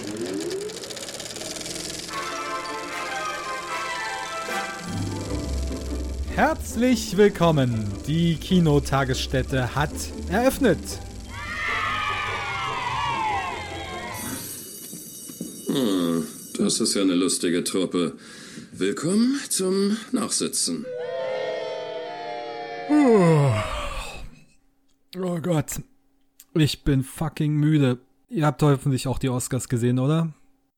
Herzlich willkommen. Die Kinotagesstätte hat eröffnet. Das ist ja eine lustige Truppe. Willkommen zum Nachsitzen. Oh Gott. Ich bin fucking müde. Ihr habt hoffentlich auch die Oscars gesehen, oder?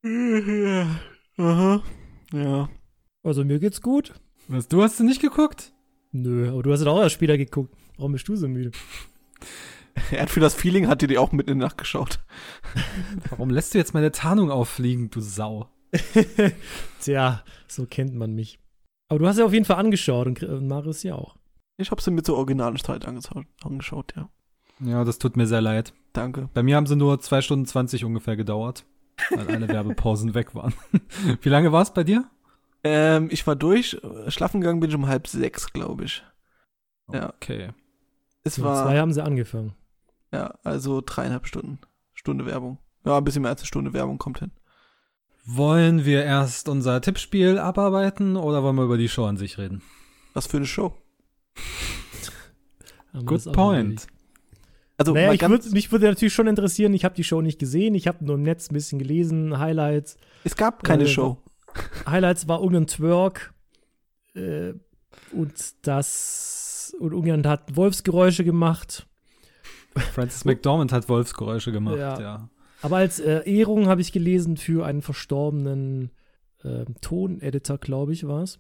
Aha. Ja. Also mir geht's gut. Was, du hast sie nicht geguckt? Nö, aber du hast doch auch als Spieler geguckt. Warum bist du so müde? Er hat für das Feeling, hat die auch mitten in der Nacht geschaut. Warum lässt du jetzt meine Tarnung auffliegen, du Sau? Tja, so kennt man mich. Aber du hast ja auf jeden Fall angeschaut und Marius ja auch. Ich habe sie mit so originalen Zeit angeschaut, ja. Ja, das tut mir sehr leid. Danke. Bei mir haben sie nur 2 Stunden 20 ungefähr gedauert, weil alle Werbepausen weg waren. Wie lange war es bei dir? Ich war durch. Schlafen gegangen bin ich um 5:30, glaube ich. Ja. Okay. Es Um war 2 haben sie angefangen. Ja, also 3,5 Stunden. Stunde Werbung. Ja, ein bisschen mehr als eine Stunde Werbung kommt hin. Wollen wir erst unser Tippspiel abarbeiten oder wollen wir über die Show an sich reden? Was für eine Show. Good point. Also, naja, mich würde natürlich schon interessieren, ich habe die Show nicht gesehen, ich habe nur im Netz ein bisschen gelesen, Highlights. Es gab keine Show. Highlights war irgendein Twerk und irgendjemand hat Wolfsgeräusche gemacht. Frances McDormand hat Wolfsgeräusche gemacht, ja. Aber als Ehrung habe ich gelesen für einen verstorbenen Toneditor, glaube ich, war es.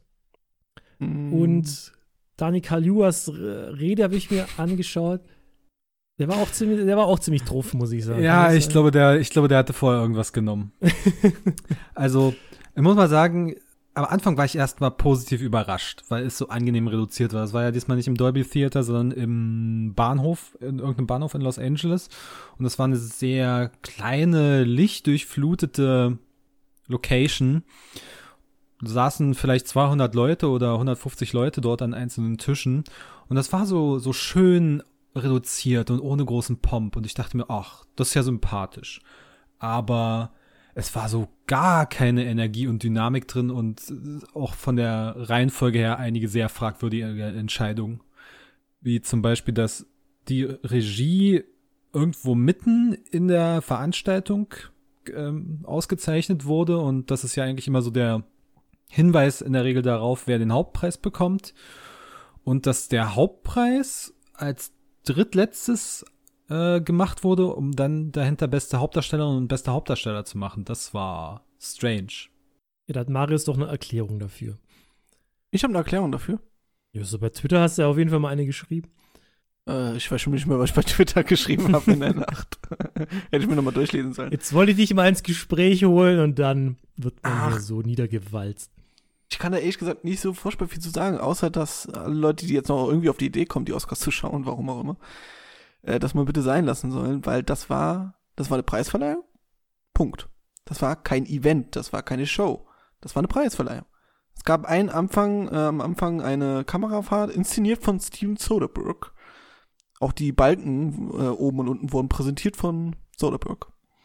Und Dani Kaluuya's Rede habe ich mir angeschaut. Der war auch ziemlich drauf, muss ich sagen. Ja, ich glaube, der hatte vorher irgendwas genommen. Also, ich muss mal sagen, am Anfang war ich erstmal positiv überrascht, weil es so angenehm reduziert war. Es war ja diesmal nicht im Dolby Theater, sondern im Bahnhof, in irgendeinem Bahnhof in Los Angeles. Und das war eine sehr kleine, lichtdurchflutete Location. Da saßen vielleicht 200 Leute oder 150 Leute dort an einzelnen Tischen. Und das war so schön reduziert und ohne großen Pomp. Und ich dachte mir, ach, das ist ja sympathisch. Aber es war so gar keine Energie und Dynamik drin und auch von der Reihenfolge her einige sehr fragwürdige Entscheidungen. Wie zum Beispiel, dass die Regie irgendwo mitten in der Veranstaltung ausgezeichnet wurde, und das ist ja eigentlich immer so der Hinweis in der Regel darauf, wer den Hauptpreis bekommt, und dass der Hauptpreis als drittletztes gemacht wurde, um dann dahinter beste Hauptdarstellerin und bester Hauptdarsteller zu machen. Das war strange. Ja, da hat Marius doch eine Erklärung dafür. Ich habe eine Erklärung dafür. Ja, so bei Twitter hast du ja auf jeden Fall mal eine geschrieben. Ich weiß schon nicht mehr, was ich bei Twitter geschrieben habe in der Nacht. Hätte ich mir nochmal durchlesen sollen. Jetzt wollte ich dich mal ins Gespräch holen und dann wird man hier so niedergewalzt. Ich kann da ehrlich gesagt nicht so furchtbar viel zu sagen, außer dass alle Leute, die jetzt noch irgendwie auf die Idee kommen, die Oscars zu schauen, warum auch immer, das mal bitte sein lassen sollen, weil das war eine Preisverleihung. Punkt. Das war kein Event, das war keine Show. Das war eine Preisverleihung. Es gab am Anfang eine Kamerafahrt, inszeniert von Steven Soderbergh. Auch die Balken oben und unten wurden präsentiert von Soderbergh.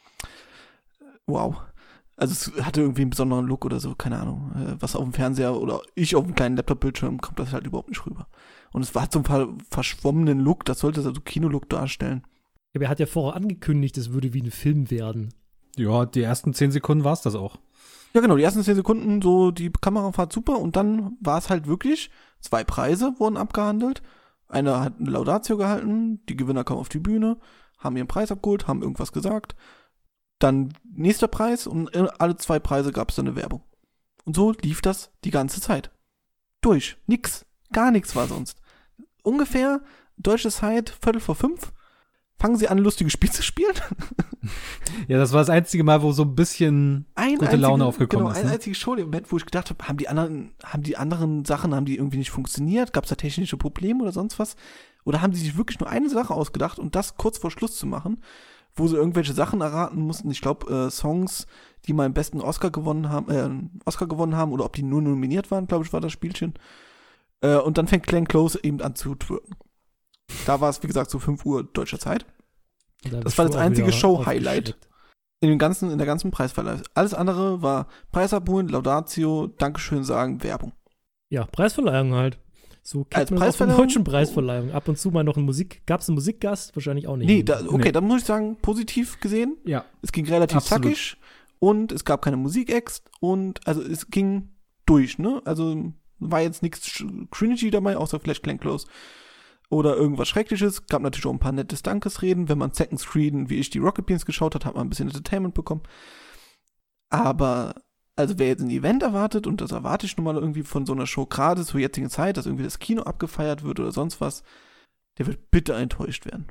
Wow. Also es hatte irgendwie einen besonderen Look oder so, keine Ahnung. Was auf dem Fernseher oder ich auf dem kleinen Laptop-Bildschirm kommt das halt überhaupt nicht rüber. Und es war zum verschwommenen Look, das sollte es also Kinolook darstellen. Aber er hat ja vorher angekündigt, es würde wie ein Film werden. Ja, die ersten 10 Sekunden war es das auch. Ja genau, die ersten 10 Sekunden, so die Kamerafahrt super, und dann war es halt wirklich, 2 Preise wurden abgehandelt. Einer hat eine Laudatio gehalten, die Gewinner kamen auf die Bühne, haben ihren Preis abgeholt, haben irgendwas gesagt. Dann nächster Preis, und alle 2 Preise gab es dann eine Werbung. Und so lief das die ganze Zeit. Durch. Nix. Gar nichts war sonst. Ungefähr, deutsche Zeit, 4:45, fangen sie an, ein lustiges Spiel zu spielen. Ja, das war das einzige Mal, wo so ein bisschen gute Laune aufgekommen ist. Ein einziges Show-Moment, wo ich gedacht habe, haben die anderen Sachen irgendwie nicht funktioniert? Gab es da technische Probleme oder sonst was? Oder haben sie sich wirklich nur eine Sache ausgedacht und das kurz vor Schluss zu machen, wo sie irgendwelche Sachen erraten mussten? Ich glaube, Songs, die mal im besten Oscar gewonnen haben, oder ob die nur nominiert waren, glaube ich, war das Spielchen. Und dann fängt Glenn Close eben an zu twerken. Da war es, wie gesagt, so 5 Uhr deutscher Zeit. Das war das einzige Show-Highlight. In der ganzen Preisverleihung. Alles andere war Preis abholen, Laudatio, Dankeschön sagen, Werbung. Ja, Preisverleihung halt. So kennt man es auch von deutschen Preisverleihungen. Ab und zu mal noch gab es einen Musikgast? Wahrscheinlich auch nicht. Nee, da muss ich sagen, positiv gesehen. Ja. Es ging relativ zackig und es gab keine Musik-Acts und also es ging durch, ne? Also war jetzt nichts cringy dabei, außer vielleicht Glenn Close oder irgendwas Schreckliches. Gab natürlich auch ein paar nettes Dankesreden. Wenn man Second Screen, wie ich, die Rocket Beans geschaut hat man ein bisschen Entertainment bekommen. Aber also wer jetzt ein Event erwartet, und das erwarte ich nun mal irgendwie von so einer Show, gerade zur jetzigen Zeit, dass irgendwie das Kino abgefeiert wird oder sonst was, der wird bitte enttäuscht werden.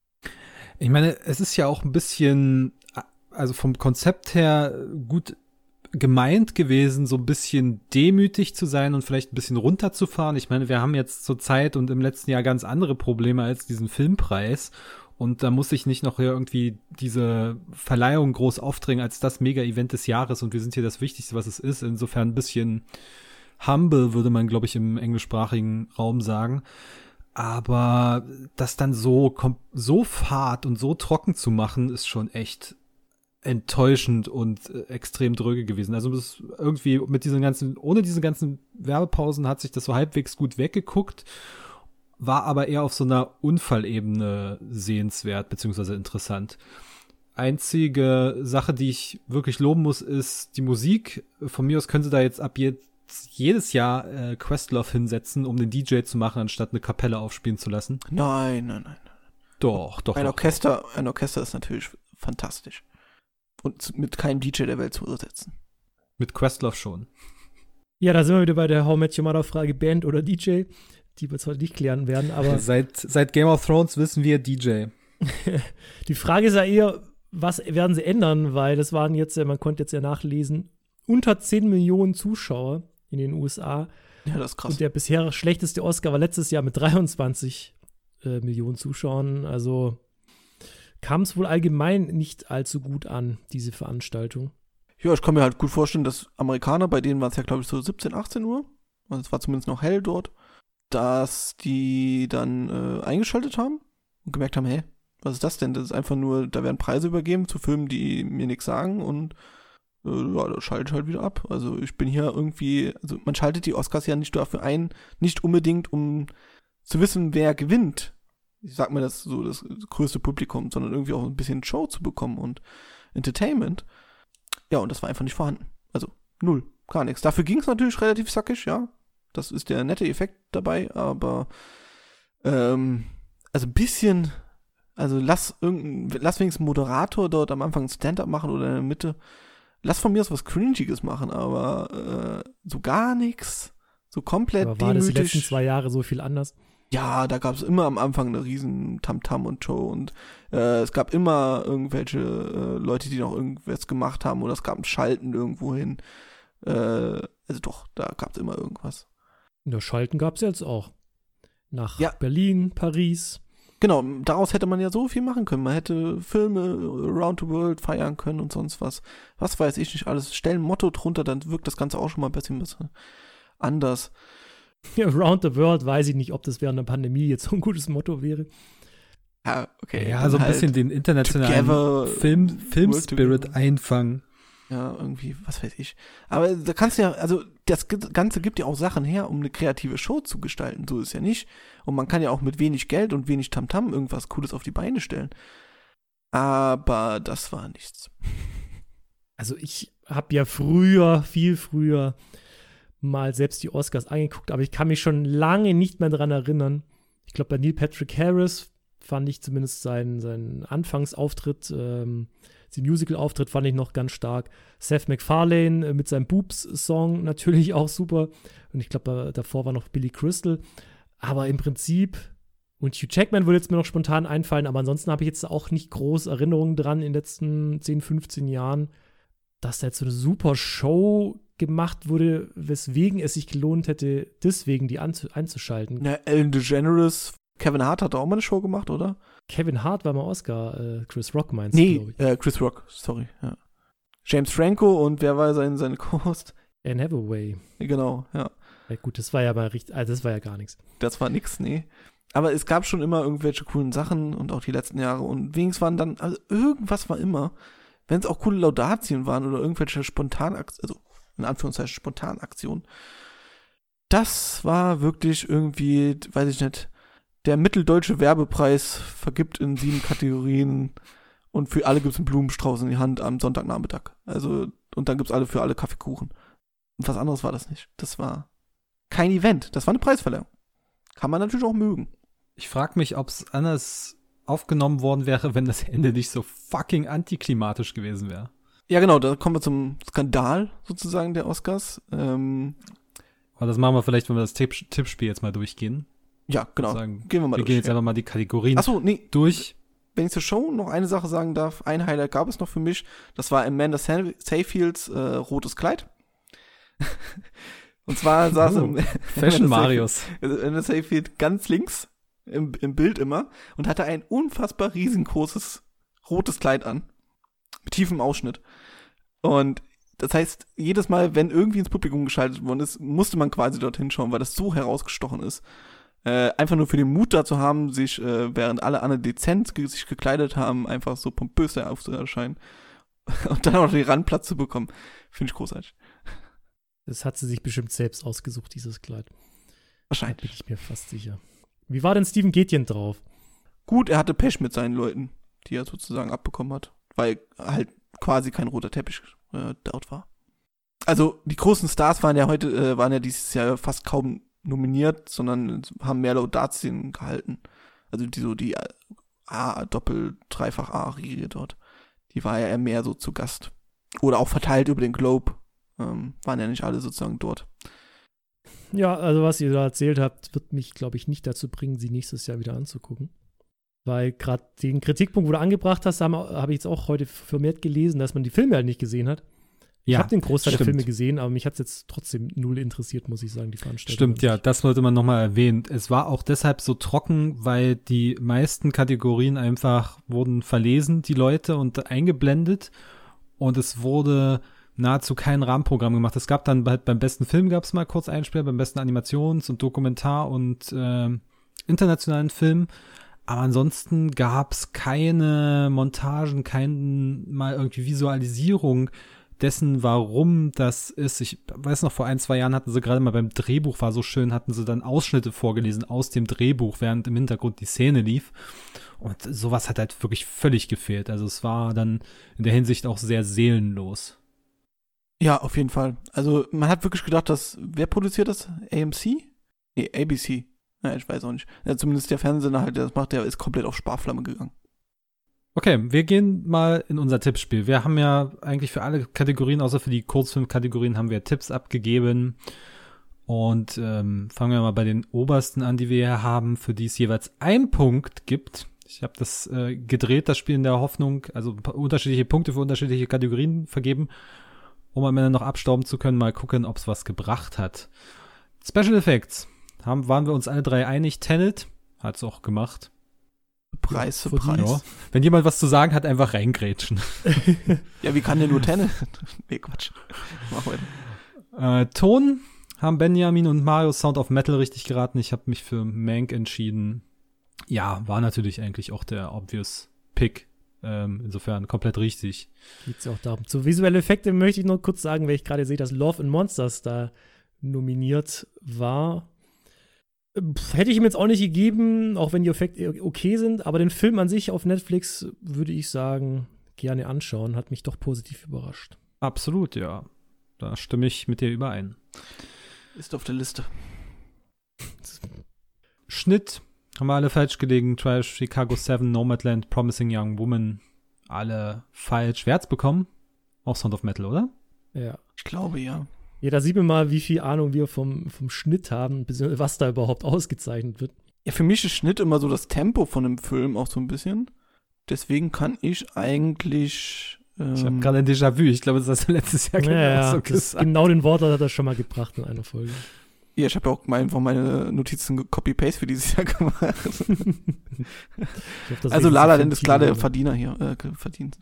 Ich meine, es ist ja auch ein bisschen, also vom Konzept her gut gemeint gewesen, so ein bisschen demütig zu sein und vielleicht ein bisschen runterzufahren. Ich meine, wir haben jetzt zur Zeit und im letzten Jahr ganz andere Probleme als diesen Filmpreis. Und da muss ich nicht noch irgendwie diese Verleihung groß aufdrängen als das Mega-Event des Jahres und wir sind hier das Wichtigste, was es ist. Insofern ein bisschen humble, würde man, glaube ich, im englischsprachigen Raum sagen. Aber das dann so fad und so trocken zu machen, ist schon echt enttäuschend und extrem dröge gewesen. Also das irgendwie ohne diese ganzen Werbepausen hat sich das so halbwegs gut weggeguckt, war aber eher auf so einer Unfallebene sehenswert bzw. interessant. Einzige Sache, die ich wirklich loben muss, ist die Musik. Von mir aus können sie da jetzt jedes Jahr Questlove hinsetzen, um den DJ zu machen, anstatt eine Kapelle aufspielen zu lassen. Nein. Doch. Ein Orchester ist natürlich fantastisch. Und mit keinem DJ der Welt zu ersetzen. Mit Questlove schon. Ja, da sind wir wieder bei der How I Met Your Mother Frage, Band oder DJ, die wir jetzt heute nicht klären werden, aber seit Game of Thrones wissen wir DJ. Die Frage ist ja eher, was werden sie ändern, weil das waren jetzt, man konnte jetzt ja nachlesen, unter 10 Millionen Zuschauer in den USA. Ja, das ist krass. Und der bisher schlechteste Oscar war letztes Jahr mit 23 Millionen Zuschauern, also kam es wohl allgemein nicht allzu gut an, diese Veranstaltung. Ja, ich kann mir halt gut vorstellen, dass Amerikaner, bei denen war es ja, glaube ich, so 17, 18 Uhr, also es war zumindest noch hell dort, dass die dann eingeschaltet haben und gemerkt haben, hey, was ist das denn? Das ist einfach nur, da werden Preise übergeben zu Filmen, die mir nichts sagen und ja, da schalte ich halt wieder ab. Also ich bin hier irgendwie, also man schaltet die Oscars ja nicht dafür ein, nicht unbedingt, um zu wissen, wer gewinnt. Ich sag mal, das so das größte Publikum, sondern irgendwie auch ein bisschen Show zu bekommen und Entertainment. Ja, und das war einfach nicht vorhanden. Also null, gar nichts. Dafür ging es natürlich relativ sackig, ja. Das ist der nette Effekt dabei, aber also ein bisschen, also lass wenigstens einen Moderator dort am Anfang ein Stand-up machen oder in der Mitte. Lass von mir aus was Cringiges machen, aber so gar nichts. So komplett aber war demütig. das die letzten 2 Jahre so viel anders? Ja, da gab es immer am Anfang eine riesen Tamtam und Show und es gab immer irgendwelche Leute, die noch irgendwas gemacht haben oder es gab ein Schalten irgendwo hin. Also doch, da gab es immer irgendwas. Ja, Schalten gab es jetzt auch. Nach Ja. Berlin, Paris. Genau, daraus hätte man ja so viel machen können. Man hätte Filme around the world feiern können und sonst was. Was weiß ich nicht alles. Stell ein Motto drunter, dann wirkt das Ganze auch schon mal ein bisschen anders. Around the World weiß ich nicht, ob das während der Pandemie jetzt so ein gutes Motto wäre. Ja, okay. Ja, so ein bisschen den internationalen Film-Spirit einfangen. Ja, irgendwie, was weiß ich. Aber da kannst du ja, also das Ganze gibt ja auch Sachen her, um eine kreative Show zu gestalten. So ist ja nicht. Und man kann ja auch mit wenig Geld und wenig Tamtam irgendwas Cooles auf die Beine stellen. Aber das war nichts. Also ich habe ja viel früher mal selbst die Oscars angeguckt, aber ich kann mich schon lange nicht mehr daran erinnern. Ich glaube, bei Neil Patrick Harris fand ich zumindest seinen Anfangsauftritt, den Musical-Auftritt fand ich noch ganz stark. Seth MacFarlane mit seinem Boobs-Song natürlich auch super. Und ich glaube, davor war noch Billy Crystal. Aber im Prinzip, und Hugh Jackman würde jetzt mir noch spontan einfallen, aber ansonsten habe ich jetzt auch nicht groß Erinnerungen dran in den letzten 10, 15 Jahren, dass da jetzt so eine super Show gemacht wurde, weswegen es sich gelohnt hätte, deswegen die einzuschalten. Ja, Ellen DeGeneres, Kevin Hart hat auch mal eine Show gemacht, oder? Kevin Hart war mal Oscar, Chris Rock meinst du, glaube ich. Nee, Chris Rock, sorry, ja. James Franco und wer war seine Co-Host? Anne Hathaway. Genau, ja. Ja gut, das war ja mal richtig, also das war ja gar nichts. Das war nix, nee. Aber es gab schon immer irgendwelche coolen Sachen und auch die letzten Jahre und wenigstens waren dann, also irgendwas war immer, wenn es auch coole Laudatien waren oder irgendwelche Spontanaktionen, also in Anführungszeichen Spontanaktionen, das war wirklich irgendwie, weiß ich nicht, der mitteldeutsche Werbepreis vergibt in 7 Kategorien und für alle gibt es einen Blumenstrauß in die Hand am Sonntagnachmittag. Also, und dann gibt es für alle Kaffeekuchen. Und was anderes war das nicht. Das war kein Event, das war eine Preisverleihung. Kann man natürlich auch mögen. Ich frage mich, ob es anders aufgenommen worden wäre, wenn das Ende nicht so fucking antiklimatisch gewesen wäre. Ja, genau, da kommen wir zum Skandal sozusagen der Oscars. Aber das machen wir vielleicht, wenn wir das Tippspiel jetzt mal durchgehen. Ja, genau. Gehen wir gehen jetzt einfach mal die Kategorien durch. Wenn ich zur Show noch eine Sache sagen darf, ein Highlight gab es noch für mich. Das war Amanda Seyfields rotes Kleid. Und zwar saß Fashion Marius. Amanda Seyfield ganz links im Bild immer und hatte ein unfassbar riesengroßes rotes Kleid an. Mit tiefem Ausschnitt. Und das heißt, jedes Mal, wenn irgendwie ins Publikum geschaltet worden ist, musste man quasi dorthin schauen, weil das so herausgestochen ist. Einfach nur für den Mut dazu haben, sich, während alle anderen dezent sich gekleidet haben, einfach so pompös da aufzuerscheinen und dann auch noch den Randplatz zu bekommen. Finde ich großartig. Das hat sie sich bestimmt selbst ausgesucht, dieses Kleid. Wahrscheinlich. Da bin ich mir fast sicher. Wie war denn Steven Gätjen drauf? Gut, er hatte Pech mit seinen Leuten, die er sozusagen abbekommen hat, weil halt quasi kein roter Teppich dort war. Also die großen Stars waren ja dieses Jahr fast kaum nominiert, sondern haben mehr Laudatien gehalten. Also die Doppel-, Dreifach-A-Riege dort. Die war ja eher mehr so zu Gast. Oder auch verteilt über den Globe. Waren ja nicht alle sozusagen dort. Ja, also was ihr da erzählt habt, wird mich, glaube ich, nicht dazu bringen, sie nächstes Jahr wieder anzugucken. Weil gerade den Kritikpunkt, wo du angebracht hast, habe ich jetzt auch heute vermehrt gelesen, dass man die Filme halt nicht gesehen hat. Ich habe den Großteil der Filme gesehen, aber mich hat es jetzt trotzdem null interessiert, muss ich sagen, die Veranstaltung. Stimmt, ja, das sollte man nochmal erwähnen. Es war auch deshalb so trocken, weil die meisten Kategorien einfach wurden verlesen, die Leute, und eingeblendet. Und es wurde nahezu kein Rahmenprogramm gemacht. Es gab dann halt beim besten Film gab es mal kurz Einspieler, beim besten Animations- und Dokumentar- und internationalen Film. Aber ansonsten gab es keine Montagen, mal irgendwie Visualisierung dessen, warum das ist. Ich weiß noch, vor 1-2 Jahren hatten sie gerade mal beim Drehbuch, war so schön, hatten sie dann Ausschnitte vorgelesen aus dem Drehbuch, während im Hintergrund die Szene lief. Und sowas hat halt wirklich völlig gefehlt. Also es war dann in der Hinsicht auch sehr seelenlos. Ja, auf jeden Fall. Also man hat wirklich gedacht, wer produziert das? AMC? Nee, ABC. Ja, ich weiß auch nicht. Ja, zumindest der Fernsehsender halt, der das macht, der ist komplett auf Sparflamme gegangen. Okay, wir gehen mal in unser Tippspiel. Wir haben ja eigentlich für alle Kategorien, außer für die Kurzfilmkategorien, haben wir Tipps abgegeben. Und fangen wir mal bei den obersten an, die wir hier haben, für die es jeweils 1 Punkt gibt. Ich habe das gedreht, das Spiel, in der Hoffnung, also unterschiedliche Punkte für unterschiedliche Kategorien vergeben, um am Ende noch abstauben zu können, mal gucken, ob es was gebracht hat. Special Effects. Waren wir uns alle 3 einig. Tenet hat es auch gemacht. Preis für Preis. Ja. Wenn jemand was zu sagen hat, einfach reingrätschen. Ja, wie kann der nur Tenet? Nee, Quatsch. Mach weiter. Ton haben Benjamin und Mario Sound of Metal richtig geraten. Ich habe mich für Mank entschieden. Ja, war natürlich eigentlich auch der obvious Pick. Insofern komplett richtig. Geht es ja auch darum. Zu visuellen Effekten möchte ich noch kurz sagen, weil ich gerade sehe, dass Love and Monsters da nominiert war. Hätte ich ihm jetzt auch nicht gegeben, auch wenn die Effekte okay sind, aber den Film an sich auf Netflix würde ich sagen, gerne anschauen. Hat mich doch positiv überrascht. Absolut, ja. Da stimme ich mit dir überein. Ist auf der Liste. Schnitt haben wir alle falsch gelegen. Trial Chicago 7, Nomadland, Promising Young Woman. Alle falsch. Wer hat's bekommen? Auch Sound of Metal, oder? Ja. Ich glaube, ja. Ja, da sieht man mal, wie viel Ahnung wir vom Schnitt haben, was da überhaupt ausgezeichnet wird. Ja, für mich ist Schnitt immer so das Tempo von dem Film auch so ein bisschen. Deswegen kann ich eigentlich ich habe gerade ein Déjà-vu. Ich glaube, das hast du letztes Jahr auch so gesagt. Genau den Wort hat er schon mal gebracht in einer Folge. Ja, ich habe ja auch einfach meine Notizen Copy-Paste für dieses Jahr gemacht. Also La La Land ist klar der Verdiener hier. Verdient.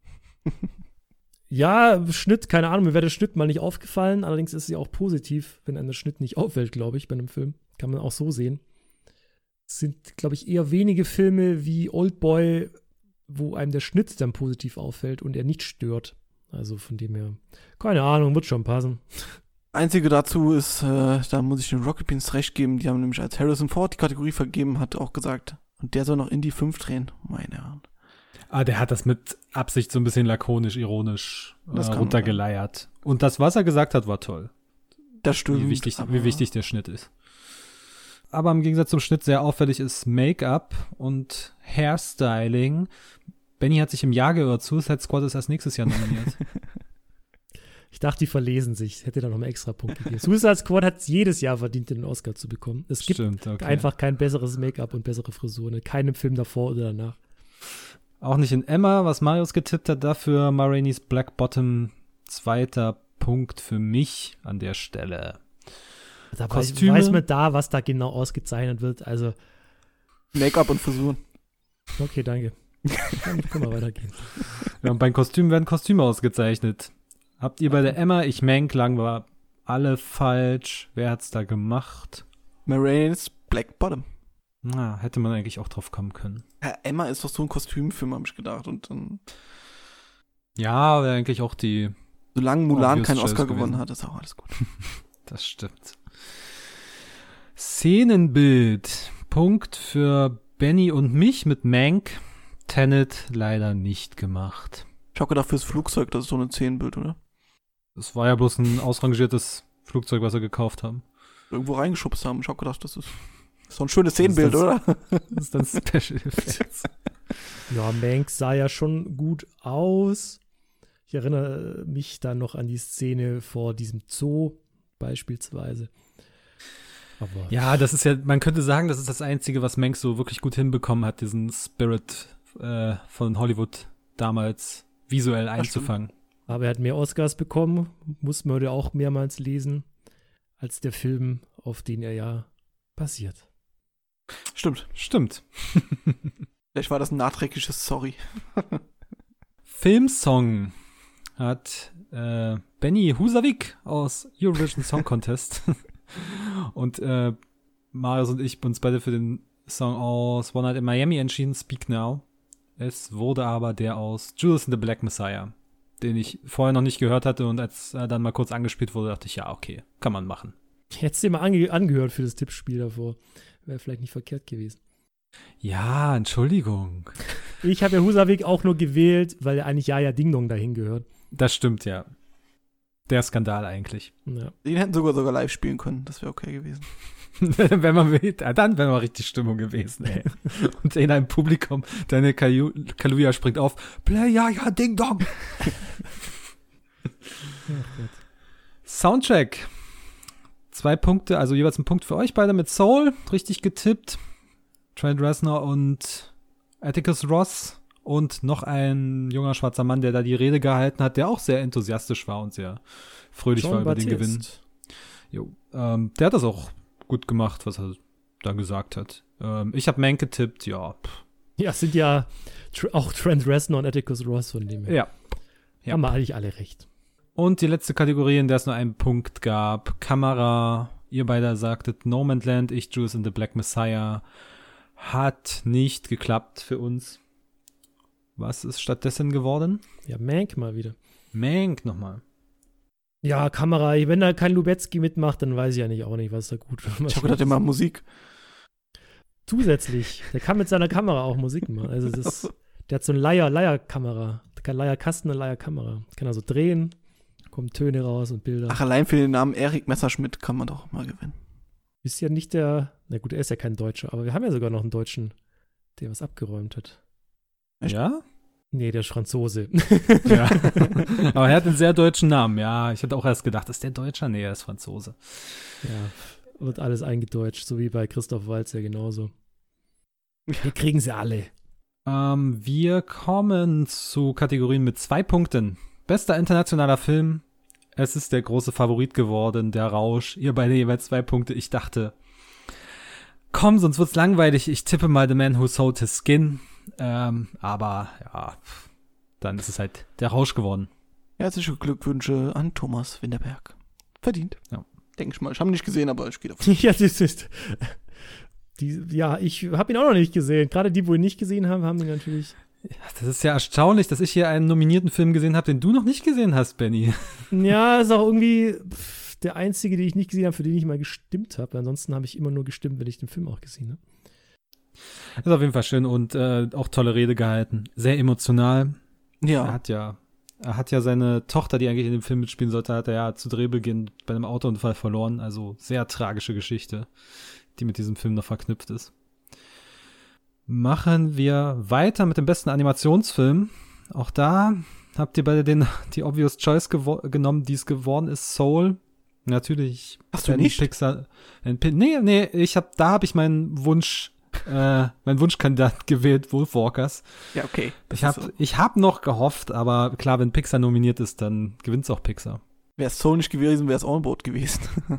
Ja, Schnitt, keine Ahnung, mir wäre der Schnitt mal nicht aufgefallen. Allerdings ist es ja auch positiv, wenn einem der Schnitt nicht auffällt, glaube ich, bei einem Film. Kann man auch so sehen. Es sind, glaube ich, eher wenige Filme wie Oldboy, wo einem der Schnitt dann positiv auffällt und er nicht stört. Also von dem her, keine Ahnung, wird schon passen. Einzige dazu ist, da muss ich den Rocket Beans recht geben, die haben nämlich, als Harrison Ford die Kategorie vergeben hat, auch gesagt, und der soll noch Indy 5 drehen. Meine Herren. Der hat das mit Absicht so ein bisschen lakonisch, ironisch Das kann runtergeleiert. Und das, was er gesagt hat, war toll. Das stimmt. Wie wichtig der Schnitt ist. Aber im Gegensatz zum Schnitt sehr auffällig ist Make-up und Hairstyling. Benny hat sich im Jahr geirrt. Suicide Squad ist erst nächstes Jahr nominiert. Ich dachte, die verlesen sich. Hätte da noch einen extra Punkt gegeben. Suicide Squad hat es jedes Jahr verdient, den Oscar zu bekommen. Es gibt einfach kein besseres Make-up und bessere Frisuren. In keinem Film davor oder danach. Auch nicht in Emma, was Marius getippt hat. Dafür Ma Rainey's Black Bottom. 2. Punkt für mich an der Stelle. Da weiß man da, was da genau ausgezeichnet wird. Also Make-up und Frisuren. Okay, danke. Dann können wir weitergehen. Ja, und beim Kostüm werden Kostüme ausgezeichnet. Habt ihr bei der Emma, ich Mank, lang war alle falsch. Wer hat's da gemacht? Ma Rainey's Black Bottom. Na, hätte man eigentlich auch drauf kommen können. Ja, Emma ist doch so ein Kostümfilm, habe ich gedacht. Und dann ja, wäre eigentlich auch die. Solange Mulan keinen Oscar gewonnen hat, ist auch alles gut. Das stimmt. Szenenbild. Punkt für Benny und mich mit Mank. Tenet leider nicht gemacht. Ich habe gedacht, fürs Flugzeug, das ist so ein Szenenbild, oder? Das war ja bloß ein ausrangiertes Flugzeug, was wir gekauft haben. Irgendwo reingeschubst haben. Ich habe gedacht, das ist so ein schönes Szenenbild, oder? Das ist dann Special Effects. Ja, Mank sah ja schon gut aus. Ich erinnere mich dann noch an die Szene vor diesem Zoo beispielsweise. Aber ja, das ist ja, man könnte sagen, das ist das Einzige, was Mank so wirklich gut hinbekommen hat, diesen Spirit von Hollywood damals visuell einzufangen. Aber er hat mehr Oscars bekommen, muss man ja auch mehrmals lesen, als der Film, auf den er ja basiert. Stimmt. Vielleicht war das ein nachträgliches Sorry. Filmsong hat Benny Husavik aus Eurovision Song Contest und Marius und ich uns beide für den Song aus One Night in Miami entschieden, Speak Now. Es wurde aber der aus Judas and the Black Messiah, den ich vorher noch nicht gehört hatte, und als er dann mal kurz angespielt wurde, dachte ich, ja, okay, kann man machen. Hättest du dir mal angehört für das Tippspiel davor. Wäre vielleicht nicht verkehrt gewesen. Ja, Entschuldigung. Ich habe ja Husavik auch nur gewählt, weil er eigentlich Ja Ding Dong dahin gehört. Das stimmt, ja. Der Skandal eigentlich. Ja. Den hätten sogar live spielen können, das wäre okay gewesen. Wenn man will, dann wäre mal richtig Stimmung gewesen, ey. Und in einem Publikum, deine Kaluja springt auf, Play Ja Ding Dong. Soundtrack. 2 Punkte, also jeweils ein Punkt für euch beide mit Soul, richtig getippt. Trent Reznor und Atticus Ross und noch ein junger schwarzer Mann, der da die Rede gehalten hat, der auch sehr enthusiastisch war und sehr fröhlich war über den Gewinn. Jo, der hat das auch gut gemacht, was er da gesagt hat. Ich habe Mank getippt, ja. Ja, es sind ja auch Trent Reznor und Atticus Ross von dem her. Ja. Haben wir eigentlich alle recht. Und die letzte Kategorie, in der es nur einen Punkt gab, Kamera. Ihr beide sagtet No Man's Land, ich Judas and the Black Messiah. Hat nicht geklappt für uns. Was ist stattdessen geworden? Ja, Mank mal wieder. Mank nochmal. Ja, Kamera, wenn da kein Lubetzky mitmacht, dann weiß ich ja nicht auch nicht, was da gut ist. Ich habe gedacht, der macht Musik. Zusätzlich, der kann mit seiner Kamera auch Musik machen. Also der hat so eine Leierkamera. Kein Leierkasten, eine Leierkamera. Kann also drehen, kommen Töne raus und Bilder. Ach, allein für den Namen Erik Messerschmidt kann man doch mal gewinnen. Ist ja nicht na gut, er ist ja kein Deutscher, aber wir haben ja sogar noch einen Deutschen, der was abgeräumt hat. Echt? Ja? Nee, der ist Franzose. Ja. Aber er hat einen sehr deutschen Namen, ja. Ich hätte auch erst gedacht, ist der Deutscher? Nee, er ist Franzose. Ja, wird alles eingedeutscht, so wie bei Christoph Waltz ja genauso. Wir kriegen sie alle. Wir kommen zu Kategorien mit 2 Punkten. Bester internationaler Film. Es ist der große Favorit geworden, Der Rausch. Ihr beide jeweils 2 Punkte. Ich dachte, komm, sonst wird's langweilig. Ich tippe mal The Man Who Sold His Skin. Aber ja, dann ist es halt Der Rausch geworden. Herzliche Glückwünsche an Thomas Winterberg. Verdient. Ja. Denke ich mal. Ich habe ihn nicht gesehen, aber ich gehe davon. Ja, das ist... ich habe ihn auch noch nicht gesehen. Gerade die, wo ihn nicht gesehen haben, haben ihn natürlich Das ist ja erstaunlich, dass ich hier einen nominierten Film gesehen habe, den du noch nicht gesehen hast, Benny. Ja, ist auch irgendwie der einzige, den ich nicht gesehen habe, für den ich mal gestimmt habe. Ansonsten habe ich immer nur gestimmt, wenn ich den Film auch gesehen habe. Ist auf jeden Fall schön und auch tolle Rede gehalten. Sehr emotional. Ja. Er hat ja seine Tochter, die eigentlich in dem Film mitspielen sollte, hat er ja zu Drehbeginn bei einem Autounfall verloren. Also sehr tragische Geschichte, die mit diesem Film noch verknüpft ist. Machen wir weiter mit dem besten Animationsfilm. Auch da habt ihr beide die Obvious Choice genommen, die es geworden ist, Soul. Natürlich. Hast du nicht? Pixar. Nee, da habe ich meinen Wunschkandidat gewählt, Wolfwalkers. Ja, okay. Ich hab noch gehofft, aber klar, wenn Pixar nominiert ist, dann gewinnt's auch Pixar. Wäre es Soul nicht gewesen, wäre es Onboard gewesen.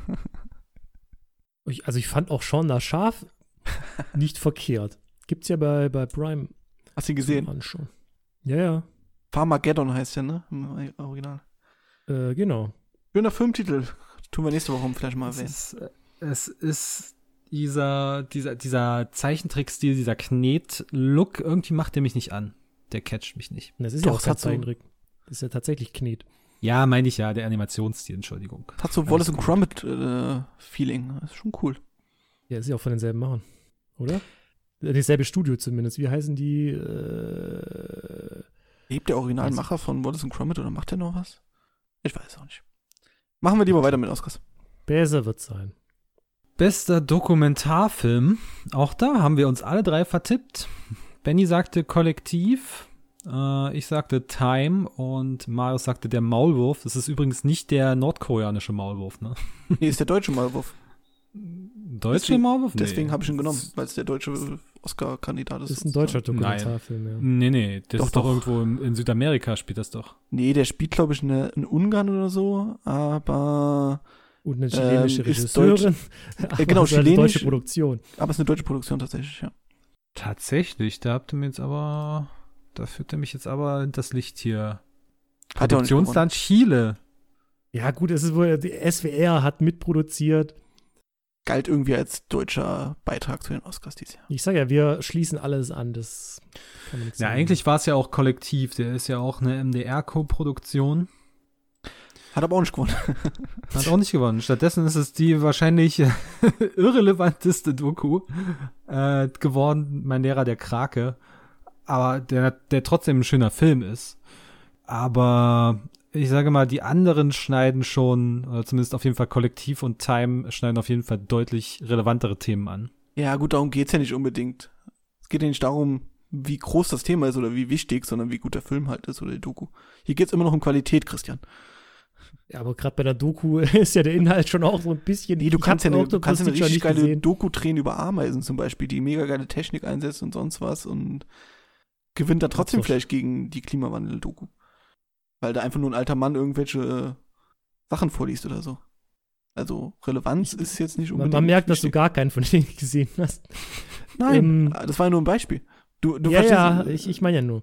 Ich fand auch Shaun das Schaf nicht verkehrt. Gibt's ja bei Prime. Hast du ihn gesehen? Anschauen. Ja. Farmageddon heißt ja, ne? Im Original. Genau. Schöner Filmtitel. Tun wir nächste Woche vielleicht mal erwähnen. Es ist dieser Zeichentrickstil, dieser Knet-Look, irgendwie macht der mich nicht an. Der catcht mich nicht. Das ist ja auch kein Zeichentrick. Das ist ja tatsächlich Knet. Ja, meine ich ja, der Animationsstil, Entschuldigung. Hat so Wallace und Gromit Feeling. Das ist schon cool. Ja, ist ja auch von denselben Machern, oder? Dasselbe Studio zumindest. Wie heißen die? Lebt der Originalmacher von Wallace und Gromit oder macht der noch was? Ich weiß auch nicht. Machen wir lieber weiter mit Oscars. Besser wird sein. Bester Dokumentarfilm. Auch da haben wir uns alle drei vertippt. Benny sagte Kollektiv, ich sagte Time und Marius sagte der Maulwurf. Das ist übrigens nicht der nordkoreanische Maulwurf, ne? Nee, ist der deutsche Maulwurf. Deutsche Maulwurf? Nee. Deswegen habe ich ihn genommen, weil es der deutsche Oscar-Kandidat ist. Das ist ein deutscher Dokumentarfilm, ja. Nee, das ist doch irgendwo in Südamerika spielt das doch. Nee, der spielt, glaube ich, in Ungarn oder so, aber und eine chilenische Regisseurin. Genau, chilenisch. Eine deutsche Produktion. Aber es ist eine deutsche Produktion tatsächlich, ja. Tatsächlich, da führt er mich jetzt aber in das Licht hier. Hat er auch nicht Produktionsland Chile. Ja, gut, es ist wohl, die SWR hat mitproduziert. Galt irgendwie als deutscher Beitrag zu den Oscars dieses Jahr. Ich sage ja, wir schließen alles an, das kann man nicht sagen. Ja, eigentlich war es ja auch Kollektiv, der ist ja auch eine MDR-Co-Produktion. Hat aber auch nicht gewonnen. Hat auch nicht gewonnen. Stattdessen ist es die wahrscheinlich irrelevanteste Doku geworden, Mein Lehrer der Krake. Aber der trotzdem ein schöner Film ist. Aber ich sage mal, die anderen schneiden schon, oder zumindest auf jeden Fall Kollektiv und Time schneiden auf jeden Fall deutlich relevantere Themen an. Ja, gut, darum geht's ja nicht unbedingt. Es geht ja nicht darum, wie groß das Thema ist oder wie wichtig, sondern wie gut der Film halt ist oder die Doku. Hier geht's immer noch um Qualität, Christian. Ja, aber gerade bei der Doku ist ja der Inhalt schon auch so ein bisschen. Nee, du kannst eine richtig geile Doku drehen über Ameisen zum Beispiel, die mega geile Technik einsetzt und sonst was und gewinnt da trotzdem vielleicht gegen die Klimawandel-Doku. Weil da einfach nur ein alter Mann irgendwelche Sachen vorliest oder so. Also Relevanz ist jetzt nicht unbedingt. Man merkt, dass du gar keinen von denen gesehen hast. Nein, das war ja nur ein Beispiel. Du ja, ich meine ja nur.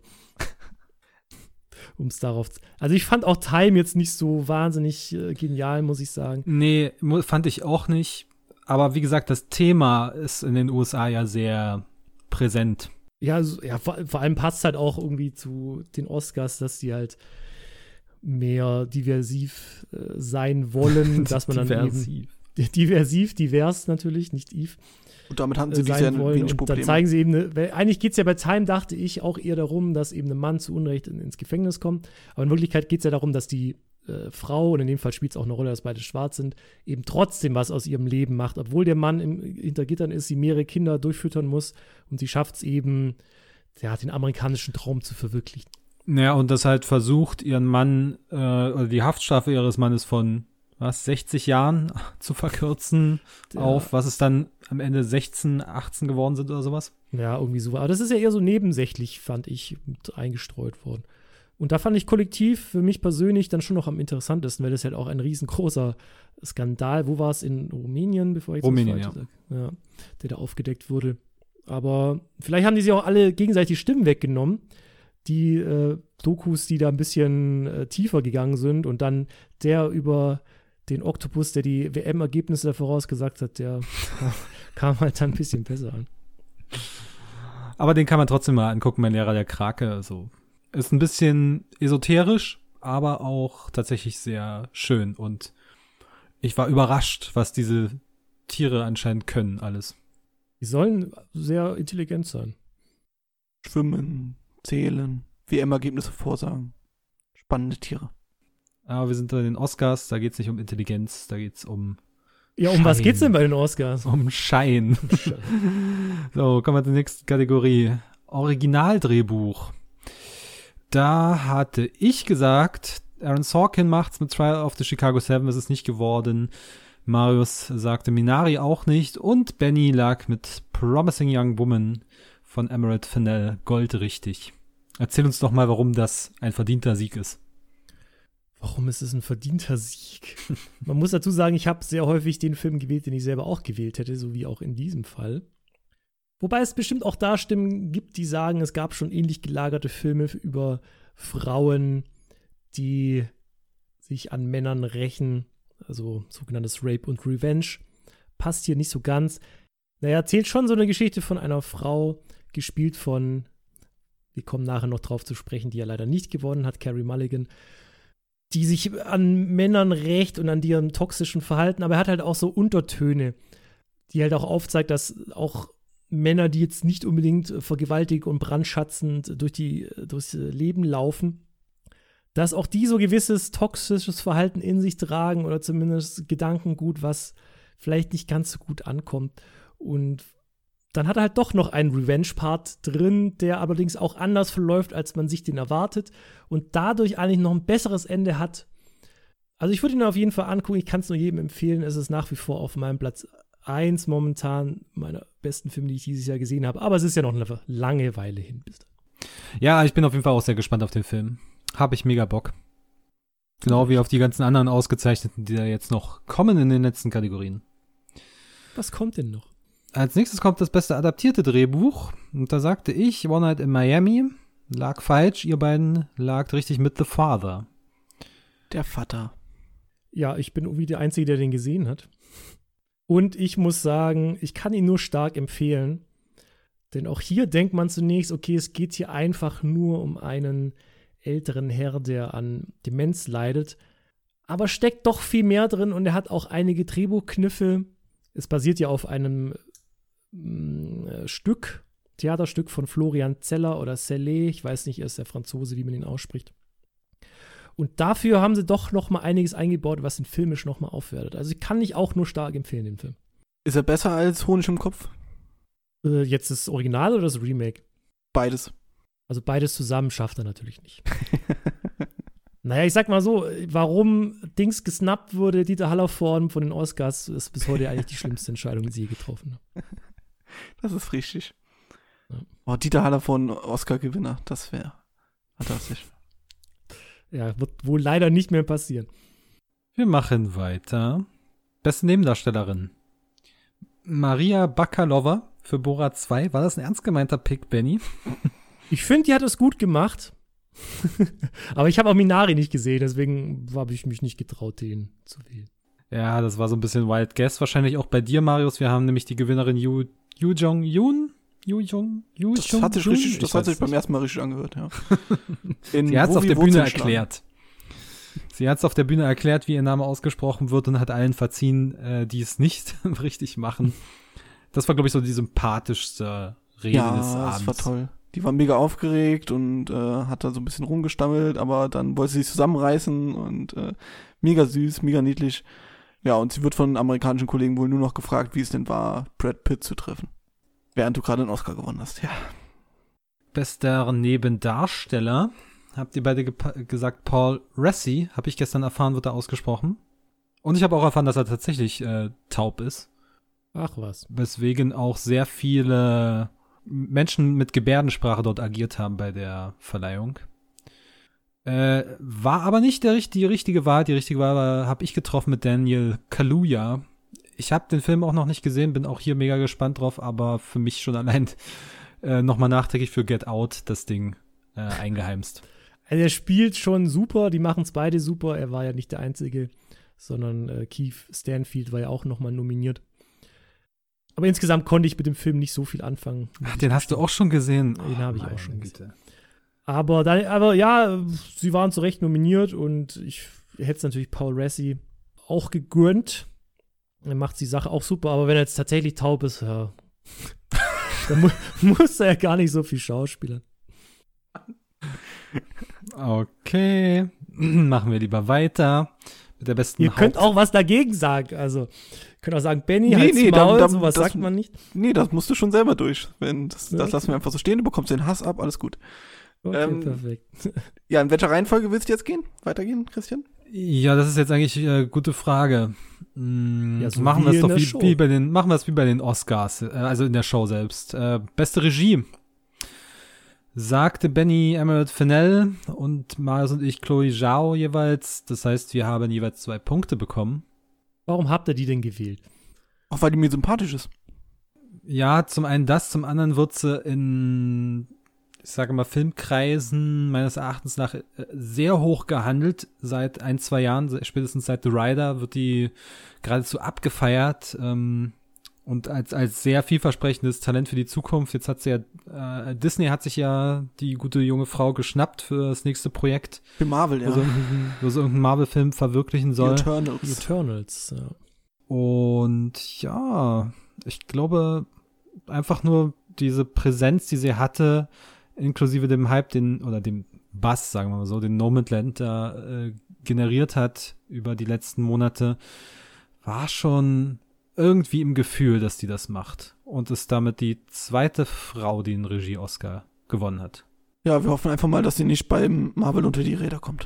Also ich fand auch Time jetzt nicht so wahnsinnig genial, muss ich sagen. Nee, fand ich auch nicht. Aber wie gesagt, das Thema ist in den USA ja sehr präsent. Ja, vor allem passt halt auch irgendwie zu den Oscars, dass die halt mehr divers sein wollen, dass man dann eben divers natürlich, nicht Eve. Und damit hatten sie dieses Jahr wenig Probleme. Dann zeigen sie eben, eigentlich geht es ja bei Time, dachte ich, auch eher darum, dass eben ein Mann zu Unrecht ins Gefängnis kommt. Aber in Wirklichkeit geht es ja darum, dass die Frau, und in dem Fall spielt es auch eine Rolle, dass beide schwarz sind, eben trotzdem was aus ihrem Leben macht. Obwohl der Mann hinter Gittern ist, sie mehrere Kinder durchfüttern muss und sie schafft es eben, ja, den amerikanischen Traum zu verwirklichen. Ja, und das halt versucht, ihren Mann oder die Haftstrafe ihres Mannes von 60 Jahren zu verkürzen auf, was es dann am Ende 16, 18 geworden sind oder sowas. Ja, irgendwie so. Aber das ist ja eher so nebensächlich, fand ich, eingestreut worden. Und da fand ich Kollektiv für mich persönlich dann schon noch am interessantesten, weil das halt auch ein riesengroßer Skandal, wo war es, in Rumänien, bevor ich Rumänien, das sage, ja, der da aufgedeckt wurde. Aber vielleicht haben die sich auch alle gegenseitig Stimmen weggenommen, die Dokus, die da ein bisschen tiefer gegangen sind, und dann der über den Oktopus, der die WM-Ergebnisse vorausgesagt hat, der kam halt dann ein bisschen besser an. Aber den kann man trotzdem mal angucken, mein Lehrer der Krake. Also, ist ein bisschen esoterisch, aber auch tatsächlich sehr schön. Und ich war überrascht, was diese Tiere anscheinend können, alles. Die sollen sehr intelligent sein. Schwimmen, zählen, WM-Ergebnisse vorsagen. Spannende Tiere. Aber wir sind bei den Oscars, da geht es nicht um Intelligenz, da geht es um Ja, um was geht's denn bei den Oscars? Um Schein. So, kommen wir zur nächsten Kategorie. Originaldrehbuch. Da hatte ich gesagt, Aaron Sorkin macht's mit Trial of the Chicago 7, ist es nicht geworden. Marius sagte Minari auch nicht. Und Benny lag mit Promising Young Woman von Emerald Fennell goldrichtig. Erzähl uns doch mal, warum das ein verdienter Sieg ist. Warum ist es ein verdienter Sieg? Man muss dazu sagen, ich habe sehr häufig den Film gewählt, den ich selber auch gewählt hätte, so wie auch in diesem Fall. Wobei es bestimmt auch da Stimmen gibt, die sagen, es gab schon ähnlich gelagerte Filme über Frauen, die sich an Männern rächen, also sogenanntes Rape und Revenge. Passt hier nicht so ganz. Naja, erzählt schon so eine Geschichte von einer Frau, gespielt von, wir kommen nachher noch drauf zu sprechen, die ja leider nicht gewonnen hat, Carey Mulligan, die sich an Männern rächt und an ihrem toxischen Verhalten, aber er hat halt auch so Untertöne, die halt auch aufzeigt, dass auch Männer, die jetzt nicht unbedingt vergewaltigt und brandschatzend durchs Leben laufen, dass auch die so gewisses toxisches Verhalten in sich tragen oder zumindest Gedankengut, was vielleicht nicht ganz so gut ankommt. Und dann hat er halt doch noch einen Revenge-Part drin, der allerdings auch anders verläuft, als man sich den erwartet und dadurch eigentlich noch ein besseres Ende hat. Also ich würde ihn auf jeden Fall angucken, ich kann es nur jedem empfehlen, es ist nach wie vor auf meinem Platz 1 momentan meiner besten Filme, die ich dieses Jahr gesehen habe, aber es ist ja noch eine lange Weile hin bis dann. Ja, ich bin auf jeden Fall auch sehr gespannt auf den Film. Habe ich mega Bock. Genau wie auf die ganzen anderen Ausgezeichneten, die da jetzt noch kommen in den letzten Kategorien. Was kommt denn noch? Als nächstes kommt das beste adaptierte Drehbuch. Und da sagte ich, One Night in Miami lag falsch. Ihr beiden lagt richtig mit The Father. Der Vater. Ja, ich bin irgendwie der Einzige, der den gesehen hat. Und ich muss sagen, ich kann ihn nur stark empfehlen. Denn auch hier denkt man zunächst, okay, es geht hier einfach nur um einen älteren Herr, der an Demenz leidet. Aber steckt doch viel mehr drin und er hat auch einige Drehbuchkniffe. Es basiert ja auf einem Theaterstück von Florian Zeller oder Cellet, ich weiß nicht, er ist der Franzose, wie man ihn ausspricht. Und dafür haben sie doch noch mal einiges eingebaut, was den filmisch noch mal aufwertet. Also kann ich auch nur stark empfehlen, den Film. Ist er besser als Honig im Kopf? Jetzt das Original oder das Remake? Beides. Also beides zusammen schafft er natürlich nicht. Naja, ich sag mal so, warum Dings gesnappt wurde, Dieter Hallervorden von den Oscars, ist bis heute eigentlich die schlimmste Entscheidung, die sie je getroffen haben. Das ist richtig. Ja. Oh, Dieter Hallervorden, Oscar-Gewinner, das wäre fantastisch. Ja, wird wohl leider nicht mehr passieren. Wir machen weiter. Beste Nebendarstellerin. Maria Bakalova für Borat 2. War das ein ernst gemeinter Pick, Benny? Ich finde, die hat es gut gemacht. Aber ich habe auch Minari nicht gesehen, deswegen habe ich mich nicht getraut, den zu wählen. Ja, das war so ein bisschen Wild Guess. Wahrscheinlich auch bei dir, Marius. Wir haben nämlich die Gewinnerin Yoo Jong-yoon. Das hat sich beim ersten Mal richtig angehört, ja. Sie hat es auf der Bühne erklärt. Sie hat es auf der Bühne erklärt, wie ihr Name ausgesprochen wird und hat allen verziehen, die es nicht richtig machen. Das war, glaube ich, so die sympathischste Rede des Abends. Ja, das war toll. Die war mega aufgeregt und hat da so ein bisschen rumgestammelt, aber dann wollte sie sich zusammenreißen und mega süß, mega niedlich. Ja, und sie wird von amerikanischen Kollegen wohl nur noch gefragt, wie es denn war, Brad Pitt zu treffen. Während du gerade einen Oscar gewonnen hast, ja. Bester Nebendarsteller, habt ihr beide gesagt, Paul Rassi, habe ich gestern erfahren, wird er ausgesprochen. Und ich habe auch erfahren, dass er tatsächlich taub ist. Ach was. Weswegen auch sehr viele Menschen mit Gebärdensprache dort agiert haben bei der Verleihung. War aber nicht die richtige Wahl. Die richtige Wahl habe ich getroffen mit Daniel Kaluuya. Ich habe den Film auch noch nicht gesehen, bin auch hier mega gespannt drauf, aber für mich schon allein nochmal nachträglich für Get Out das Ding eingeheimst. Also er spielt schon super, die machen es beide super. Er war ja nicht der Einzige, sondern Keith Stanfield war ja auch nochmal nominiert. Aber insgesamt konnte ich mit dem Film nicht so viel anfangen. Ach, den hast du auch schon gesehen? Den habe ich auch schon Güte. gesehen. Aber ja, sie waren zu Recht nominiert und ich hätte es natürlich Paul Rassi auch gegönnt. Er macht die Sache auch super, aber wenn er jetzt tatsächlich taub ist, ja, dann muss er ja gar nicht so viel schauspielern. Okay, machen wir lieber weiter mit der besten Ihr könnt auch was dagegen sagen. Also, könnt auch sagen, Benny, halt's Maul, sowas sagt man nicht. Nee, das musst du schon selber durch. Das lassen wir einfach so stehen, du bekommst den Hass ab, alles gut. Okay, perfekt. Ja, in welcher Reihenfolge willst du jetzt gehen? Weitergehen, Christian? Ja, das ist jetzt eigentlich gute Frage. So machen wir es doch machen wie bei den Oscars, also in der Show selbst. Beste Regie sagte Benny Emerald Fennell und Marius und ich Chloe Zhao jeweils. Das heißt, wir haben jeweils 2 Punkte bekommen. Warum habt ihr die denn gewählt? Auch weil die mir sympathisch ist. Ja, zum einen das, zum anderen wird sie in, ich sage mal, Filmkreisen meines Erachtens nach sehr hoch gehandelt. Seit 1-2 Jahren, spätestens seit The Rider, wird die geradezu abgefeiert. Und als sehr vielversprechendes Talent für die Zukunft. Jetzt hat sie ja, Disney hat sich ja die gute junge Frau geschnappt für das nächste Projekt. Für Marvel, ja. Wo sie irgendeinen Marvel-Film verwirklichen soll. Eternals, ja. Und ja, ich glaube, einfach nur diese Präsenz, die sie hatte, inklusive dem Hype, dem Buzz, sagen wir mal so, den Nomadland da generiert hat über die letzten Monate, war schon irgendwie im Gefühl, dass die das macht. Und ist damit die zweite Frau, die einen Regie-Oscar gewonnen hat. Ja, wir hoffen einfach mal, dass sie nicht beim Marvel unter die Räder kommt.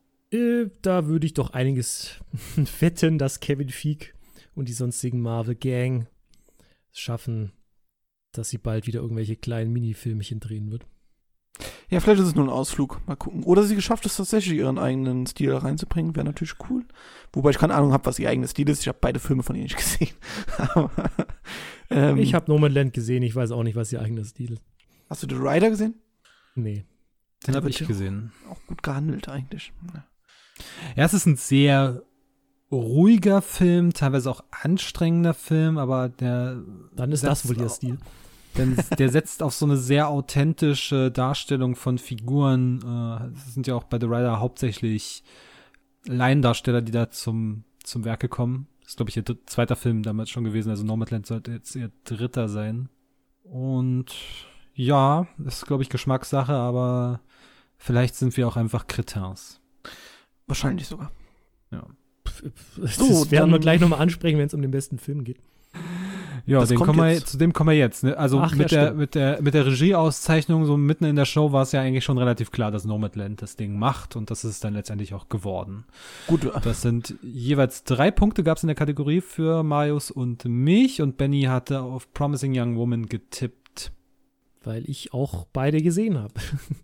Da würde ich doch einiges wetten, dass Kevin Feige und die sonstigen Marvel-Gang es schaffen, dass sie bald wieder irgendwelche kleinen Minifilmchen drehen wird. Ja, vielleicht ist es nur ein Ausflug. Mal gucken. Oder sie geschafft es tatsächlich, ihren eigenen Stil da reinzubringen. Wäre natürlich cool. Wobei ich keine Ahnung habe, was ihr eigener Stil ist. Ich habe beide Filme von ihr nicht gesehen. Aber, ich habe Nomadland gesehen. Ich weiß auch nicht, was ihr eigener Stil ist. Hast du The Rider gesehen? Nee. Den habe ich gesehen. Auch gut gehandelt eigentlich. Ja, es ist ein sehr ruhiger Film, teilweise auch anstrengender Film, aber dann ist das wohl ihr Stil. Denn der setzt auf so eine sehr authentische Darstellung von Figuren. Es sind ja auch bei The Rider hauptsächlich Laiendarsteller, die da zum Werke kommen. Das ist, glaube ich, ihr zweiter Film damals schon gewesen. Also Nomadland sollte jetzt ihr 3. sein. Und ja, das ist, glaube ich, Geschmackssache, aber vielleicht sind wir auch einfach Crétins. Wahrscheinlich sogar. Ja. Das werden wir gleich nochmal ansprechen, wenn es um den besten Film geht. Ja, zu dem kommen wir jetzt. Ne? Also mit der Regieauszeichnung, so mitten in der Show, war es ja eigentlich schon relativ klar, dass Nomadland das Ding macht und das ist dann letztendlich auch geworden. Gut. Das sind jeweils 3 Punkte gab es in der Kategorie für Marius und mich und Benny hatte auf Promising Young Woman getippt. Weil ich auch beide gesehen habe.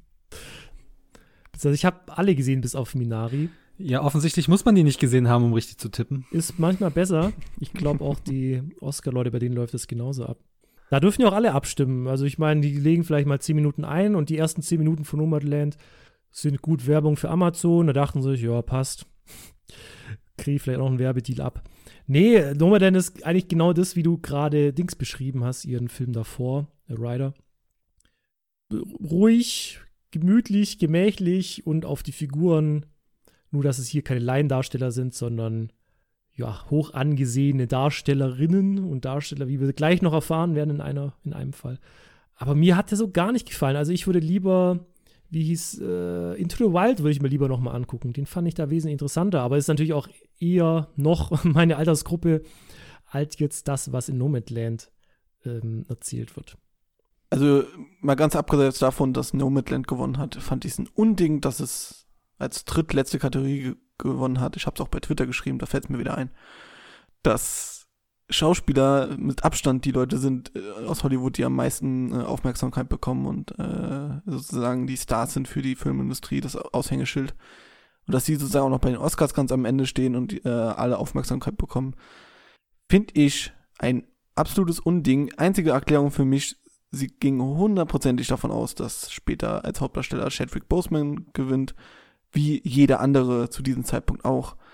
Also ich habe alle gesehen, bis auf Minari. Ja, offensichtlich muss man die nicht gesehen haben, um richtig zu tippen. Ist manchmal besser. Ich glaube auch, die Oscar-Leute, bei denen läuft das genauso ab. Da dürfen ja auch alle abstimmen. Also ich meine, die legen vielleicht mal 10 Minuten ein und die ersten 10 Minuten von Nomadland sind gut Werbung für Amazon. Da dachten sie sich, ja, passt. Kriege ich vielleicht auch einen Werbedeal ab. Nee, Nomadland ist eigentlich genau das, wie du gerade Dings beschrieben hast, ihren Film davor, The Rider. Ruhig, gemütlich, gemächlich und auf die Figuren. Nur, dass es hier keine Laiendarsteller sind, sondern ja, hoch angesehene Darstellerinnen und Darsteller, wie wir gleich noch erfahren werden in einem Fall. Aber mir hat der so gar nicht gefallen. Also ich würde lieber, Into the Wild würde ich mir lieber noch mal angucken. Den fand ich da wesentlich interessanter. Aber ist natürlich auch eher noch meine Altersgruppe als jetzt das, was in Nomadland erzählt wird. Also mal ganz abgesehen davon, dass Nomadland gewonnen hat, fand ich es ein Unding, dass es als drittletzte Kategorie gewonnen hat. Ich habe es auch bei Twitter geschrieben, da fällt es mir wieder ein, dass Schauspieler mit Abstand die Leute sind aus Hollywood, die am meisten Aufmerksamkeit bekommen und sozusagen die Stars sind für die Filmindustrie, das Aushängeschild. Und dass sie sozusagen auch noch bei den Oscars ganz am Ende stehen und alle Aufmerksamkeit bekommen, finde ich ein absolutes Unding. Einzige Erklärung für mich, sie ging 100%ig davon aus, dass später als Hauptdarsteller Chadwick Boseman gewinnt, wie jeder andere zu diesem Zeitpunkt auch.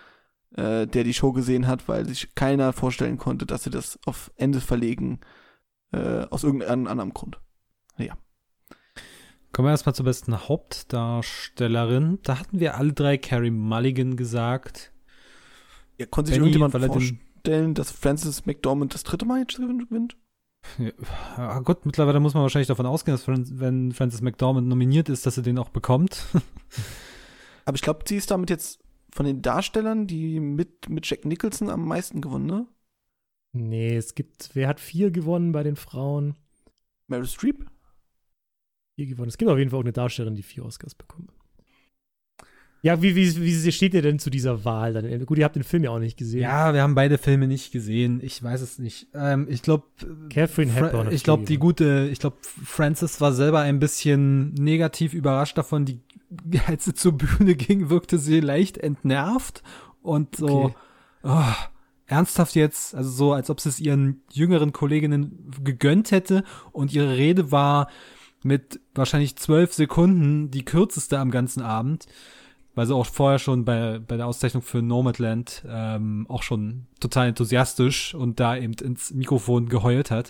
der die Show gesehen hat, weil sich keiner vorstellen konnte, dass sie das auf Ende verlegen, aus irgendeinem anderen Grund. Ja. Kommen wir erstmal zur besten Hauptdarstellerin. Da hatten wir alle drei Carey Mulligan gesagt. Ja, konnte sich irgendjemand vorstellen, dass Frances McDormand das 3. Mal jetzt gewinnt? Ja, gut, mittlerweile muss man wahrscheinlich davon ausgehen, dass wenn Frances McDormand nominiert ist, dass sie den auch bekommt. Aber ich glaube, sie ist damit jetzt von den Darstellern, die mit Jack Nicholson am meisten gewonnen, ne? Nee, wer hat 4 gewonnen bei den Frauen? Meryl Streep? 4 gewonnen. Es gibt auf jeden Fall auch eine Darstellerin, die 4 Oscars bekommt. Ja, wie steht ihr denn zu dieser Wahl dann? Gut, ihr habt den Film ja auch nicht gesehen. Ja, wir haben beide Filme nicht gesehen. Ich weiß es nicht. Ich glaube, Catherine Hepburn. Ich glaube, Frances war selber ein bisschen negativ überrascht davon. Als sie zur Bühne ging, wirkte sie leicht entnervt und so, okay. Ernsthaft jetzt, also so, als ob sie es ihren jüngeren Kolleginnen gegönnt hätte, und ihre Rede war mit wahrscheinlich 12 Sekunden die kürzeste am ganzen Abend, weil sie auch vorher schon bei der Auszeichnung für Nomadland auch schon total enthusiastisch und da eben ins Mikrofon geheult hat,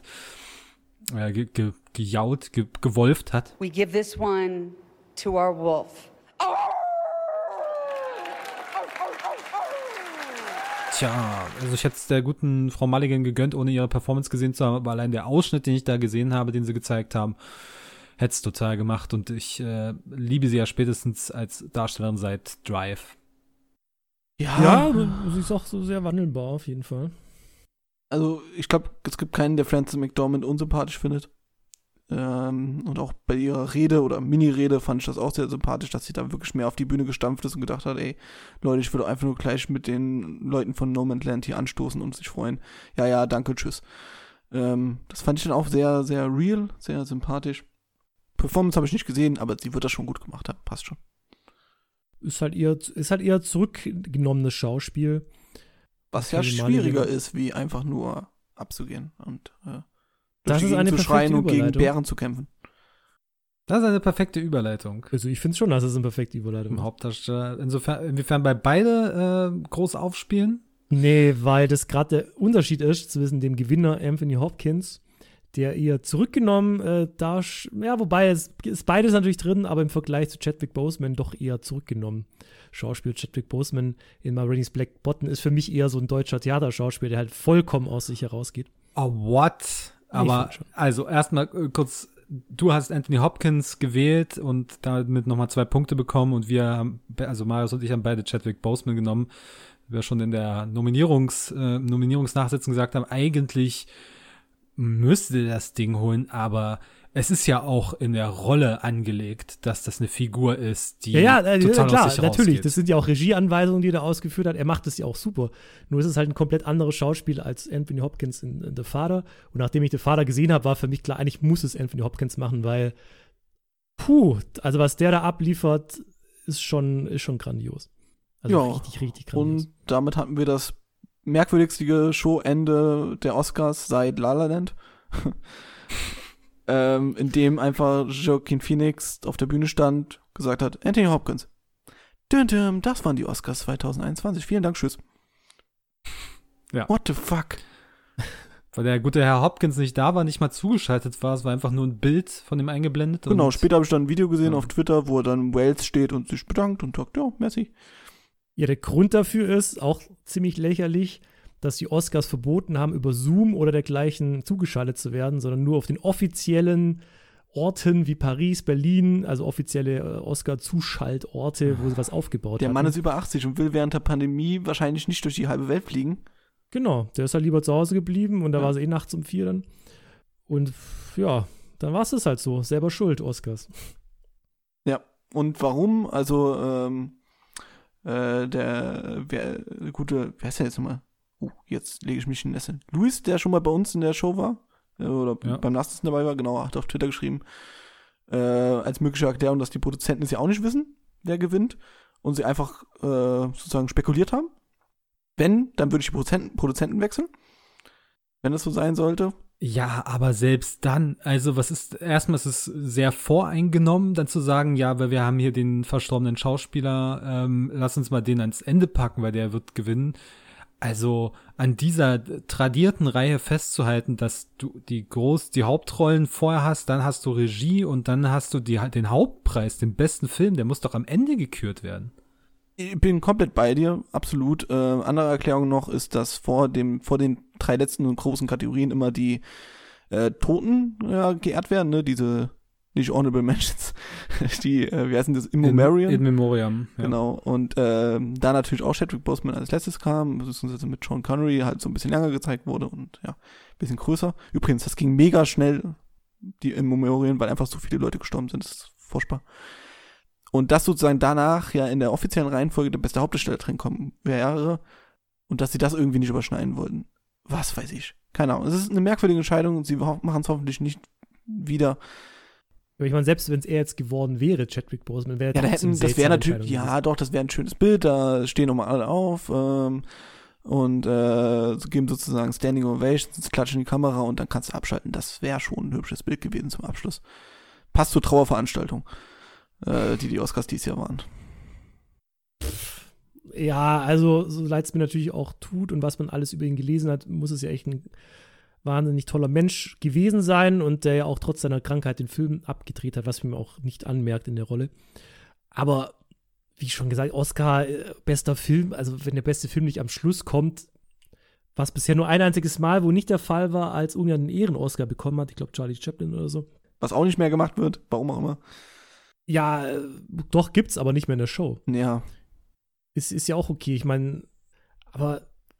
gejault, gewolft hat. We give this one to our wolf. Tja, also ich hätte es der guten Frau Mulligan gegönnt, ohne ihre Performance gesehen zu haben, aber allein der Ausschnitt, den ich da gesehen habe, den sie gezeigt haben, hätte es total gemacht, und ich liebe sie ja spätestens als Darstellerin seit Drive. Ja, sie ist auch so sehr wandelbar auf jeden Fall. Also ich glaube, es gibt keinen, der Frances McDormand unsympathisch findet. Und auch bei ihrer Rede oder Mini-Rede fand ich das auch sehr sympathisch, dass sie da wirklich mehr auf die Bühne gestampft ist und gedacht hat, ey, Leute, ich würde einfach nur gleich mit den Leuten von Nomadland hier anstoßen und sich freuen. Ja, danke, tschüss. Das fand ich dann auch sehr, sehr real, sehr sympathisch. Performance habe ich nicht gesehen, aber sie wird das schon gut gemacht haben. Passt schon. Ist halt eher zurückgenommenes Schauspiel. Was ja schwieriger ist, wie einfach nur abzugehen und das ist eine zu schreien und gegen Bären zu kämpfen. Das ist eine perfekte Überleitung. Also ich finde schon, dass es eine perfekte Überleitung ist. Hauptdarsteller. Inwiefern bei beide groß aufspielen? Nee, weil das gerade der Unterschied ist zwischen dem Gewinner Anthony Hopkins, der eher zurückgenommen wobei es ist beides natürlich drin, aber im Vergleich zu Chadwick Boseman doch eher zurückgenommen. Schauspiel Chadwick Boseman in Ma Rainey's Black Bottom ist für mich eher so ein deutscher Theaterschauspieler, der halt vollkommen aus sich herausgeht. Oh, what? Aber also erstmal kurz, du hast Anthony Hopkins gewählt und damit nochmal 2 Punkte bekommen, und Marius und ich haben beide Chadwick Boseman genommen. Wir schon in der Nominierungsnachsitzung gesagt haben, eigentlich müsste das Ding holen, aber es ist ja auch in der Rolle angelegt, dass das eine Figur ist, die total klar, aus sich natürlich. rausgeht. Das sind ja auch Regieanweisungen, die er ausgeführt hat. Er macht das ja auch super. Nur ist es halt ein komplett anderes Schauspiel als Anthony Hopkins in The Father. Und nachdem ich The Father gesehen habe, war für mich klar, eigentlich muss es Anthony Hopkins machen, weil also was der da abliefert, ist schon grandios. Also richtig grandios. Und damit hatten wir das merkwürdigste Showende der Oscars seit La La Land. In dem einfach Joaquin Phoenix auf der Bühne stand, gesagt hat, Anthony Hopkins. Das waren die Oscars 2021. Vielen Dank, tschüss. Ja. What the fuck? Weil der gute Herr Hopkins nicht da war, nicht mal zugeschaltet war. Es war einfach nur ein Bild von ihm eingeblendet. Genau, später habe ich dann ein Video gesehen auf Twitter, wo er dann in Wales steht und sich bedankt und sagt, ja, merci. Ja, der Grund dafür ist auch ziemlich lächerlich, dass die Oscars verboten haben, über Zoom oder dergleichen zugeschaltet zu werden, sondern nur auf den offiziellen Orten wie Paris, Berlin, also offizielle Oscar-Zuschaltorte, wo sie was aufgebaut haben. Der Mann ist über 80 und will während der Pandemie wahrscheinlich nicht durch die halbe Welt fliegen. Genau, der ist halt lieber zu Hause geblieben und da war sie nachts um 4 dann. Und ja, dann war es halt so. Selber schuld, Oscars. Ja, und warum? Also, wer heißt der jetzt nochmal? Jetzt lege ich mich in Nässe. Luis, der schon mal bei uns in der Show war, oder beim Nachsitzen dabei war, genau, hat auf Twitter geschrieben, als mögliche Erklärung, dass die Produzenten es ja auch nicht wissen, wer gewinnt, und sie einfach sozusagen spekuliert haben. Wenn, dann würde ich die Produzenten wechseln, wenn das so sein sollte. Ja, aber selbst dann, also erstmal ist es sehr voreingenommen, dann zu sagen, ja, weil wir haben hier den verstorbenen Schauspieler, lass uns mal den ans Ende packen, weil der wird gewinnen. Also an dieser tradierten Reihe festzuhalten, dass du die Hauptrollen vorher hast, dann hast du Regie und dann hast du den Hauptpreis, den besten Film, der muss doch am Ende gekürt werden. Ich bin komplett bei dir, absolut. Andere Erklärung noch ist, dass vor den 3 letzten und großen Kategorien immer die Toten geehrt werden, ne? Diese, nicht Honorable Mentions, die, wie heißen das, In Memoriam? In Memoriam, ja. Genau, und da natürlich auch Chadwick Boseman als letztes kam, beziehungsweise mit Sean Connery halt so ein bisschen länger gezeigt wurde und ja, ein bisschen größer. Übrigens, das ging mega schnell, die In Memoriam, weil einfach so viele Leute gestorben sind, das ist furchtbar. Und dass sozusagen danach ja in der offiziellen Reihenfolge der beste Hauptdarsteller drin kommen wäre und dass sie das irgendwie nicht überschneiden wollten. Was weiß ich. Keine Ahnung. Es ist eine merkwürdige Entscheidung und sie machen es hoffentlich nicht wieder. Aber ich meine, selbst wenn es er jetzt geworden wäre, Chadwick Boseman, wäre das wäre natürlich, ja doch, das wäre ein schönes Bild, da stehen nochmal alle auf und geben sozusagen Standing Ovations, klatschen in die Kamera und dann kannst du abschalten. Das wäre schon ein hübsches Bild gewesen zum Abschluss. Passt zur Trauerveranstaltung. Die Oscars dieses Jahr waren. Ja, also so leid es mir natürlich auch tut und was man alles über ihn gelesen hat, muss es ja echt ein wahnsinnig toller Mensch gewesen sein und der ja auch trotz seiner Krankheit den Film abgedreht hat, was mir auch nicht anmerkt in der Rolle. Aber wie schon gesagt, Oscar, bester Film, also wenn der beste Film nicht am Schluss kommt, was bisher nur ein einziges Mal, wo nicht der Fall war, als irgendjemand einen Ehren-Oscar bekommen hat, ich glaube Charlie Chaplin oder so. Was auch nicht mehr gemacht wird, warum auch immer. Ja, doch gibt's, aber nicht mehr in der Show. Ja. Ist ja auch okay. Ich meine, aber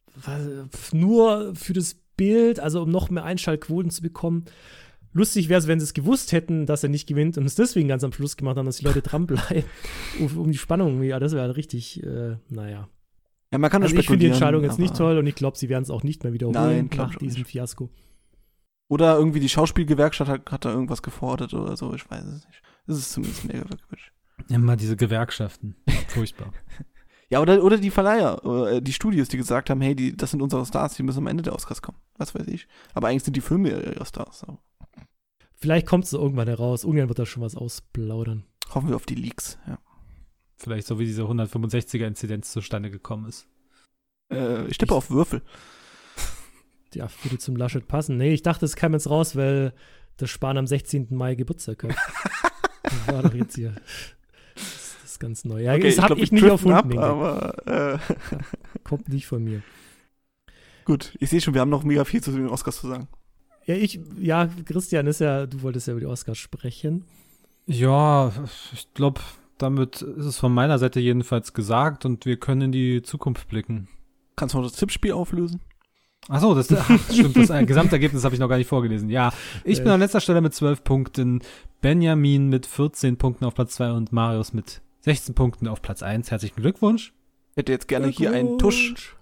nur für das Bild, also um noch mehr Einschaltquoten zu bekommen. Lustig wäre es, wenn sie es gewusst hätten, dass er nicht gewinnt und es deswegen ganz am Schluss gemacht haben, dass die Leute dranbleiben, um die Spannung. Ja, das wäre richtig, naja. Ja, man kann also ich finde die Entscheidung jetzt nicht toll und ich glaube, sie werden es auch nicht mehr wiederholen nach diesem Fiasko. Oder irgendwie die Schauspielgewerkschaft hat da irgendwas gefordert oder so, ich weiß es nicht. Das ist zumindest mega wirklich. Immer diese Gewerkschaften. Furchtbar. Ja, oder die Verleiher, oder die Studios, die gesagt haben, hey, das sind unsere Stars, die müssen am Ende der Oscars kommen. Was weiß ich. Aber eigentlich sind die Filme ihre Stars. So. Vielleicht kommt es irgendwann heraus. Irgendwann wird da schon was ausplaudern. Hoffen wir auf die Leaks, ja. Vielleicht so wie diese 165er-Inzidenz zustande gekommen ist. Ich tippe auf Würfel. Ja, würde zum Laschet passen. Nee, ich dachte, es kam jetzt raus, weil der Spahn am 16. Mai Geburtstag hat. Das war doch jetzt hier. Das ist ganz neu. Ja, okay, das habe ich nicht erfunden. Aber kommt nicht von mir. Gut, ich sehe schon, wir haben noch mega viel zu den Oscars zu sagen. Ja, Christian, du wolltest ja über die Oscars sprechen. Ja, ich glaube, damit ist es von meiner Seite jedenfalls gesagt und wir können in die Zukunft blicken. Kannst du noch das Tippspiel auflösen? Achso, das stimmt, das Gesamtergebnis habe ich noch gar nicht vorgelesen. Ja, ich bin an letzter Stelle mit 12 Punkten, Benjamin mit 14 Punkten auf Platz 2 und Marius mit 16 Punkten auf Platz 1. Herzlichen Glückwunsch. Ich hätte jetzt gerne hier einen Tusch.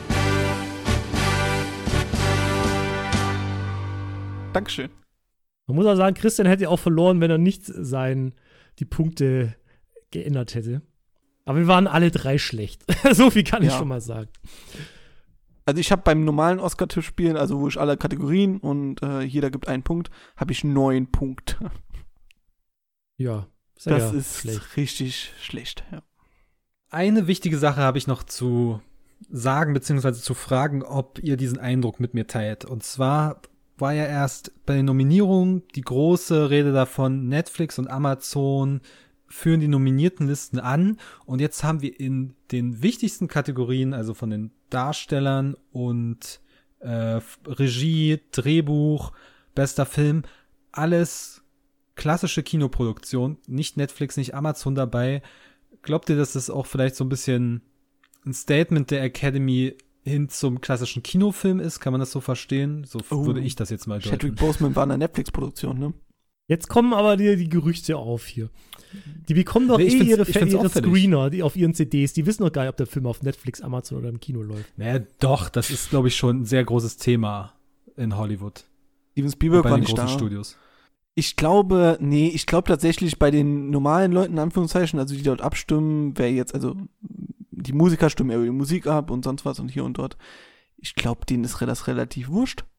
Dankeschön. Man muss auch sagen, Christian hätte auch verloren, wenn er nicht die Punkte geändert hätte. Aber wir waren alle 3 schlecht. So viel kann ich schon mal sagen. Also ich habe beim normalen Oscar-Tippspielen, also wo ich alle Kategorien und jeder gibt einen Punkt, habe ich 9 Punkte. Ja, das ist schlecht. Richtig schlecht, ja. Eine wichtige Sache habe ich noch zu sagen, beziehungsweise zu fragen, ob ihr diesen Eindruck mit mir teilt. Und zwar war ja erst bei den Nominierungen die große Rede davon, Netflix und Amazon führen die nominierten Listen an und jetzt haben wir in den wichtigsten Kategorien, also von den Darstellern und Regie, Drehbuch, bester Film, alles klassische Kinoproduktion, nicht Netflix, nicht Amazon dabei. Glaubt ihr, dass das auch vielleicht so ein bisschen ein Statement der Academy hin zum klassischen Kinofilm ist? Kann man das so verstehen? So würde ich das jetzt mal deuten. Chadwick Boseman war eine Netflix-Produktion, ne? Jetzt kommen aber die Gerüchte auf hier. Die bekommen doch ihre Screener auf ihren CDs. Die wissen doch gar nicht, ob der Film auf Netflix, Amazon oder im Kino läuft. Naja, doch, das ist, glaube ich, schon ein sehr großes Thema in Hollywood. Steven Spielberg war nicht da. Studios. Ich glaube tatsächlich bei den normalen Leuten, in Anführungszeichen, also die dort abstimmen, wer jetzt, also die Musiker stimmen ja über die Musik ab und sonst was und hier und dort. Ich glaube, denen ist das relativ wurscht.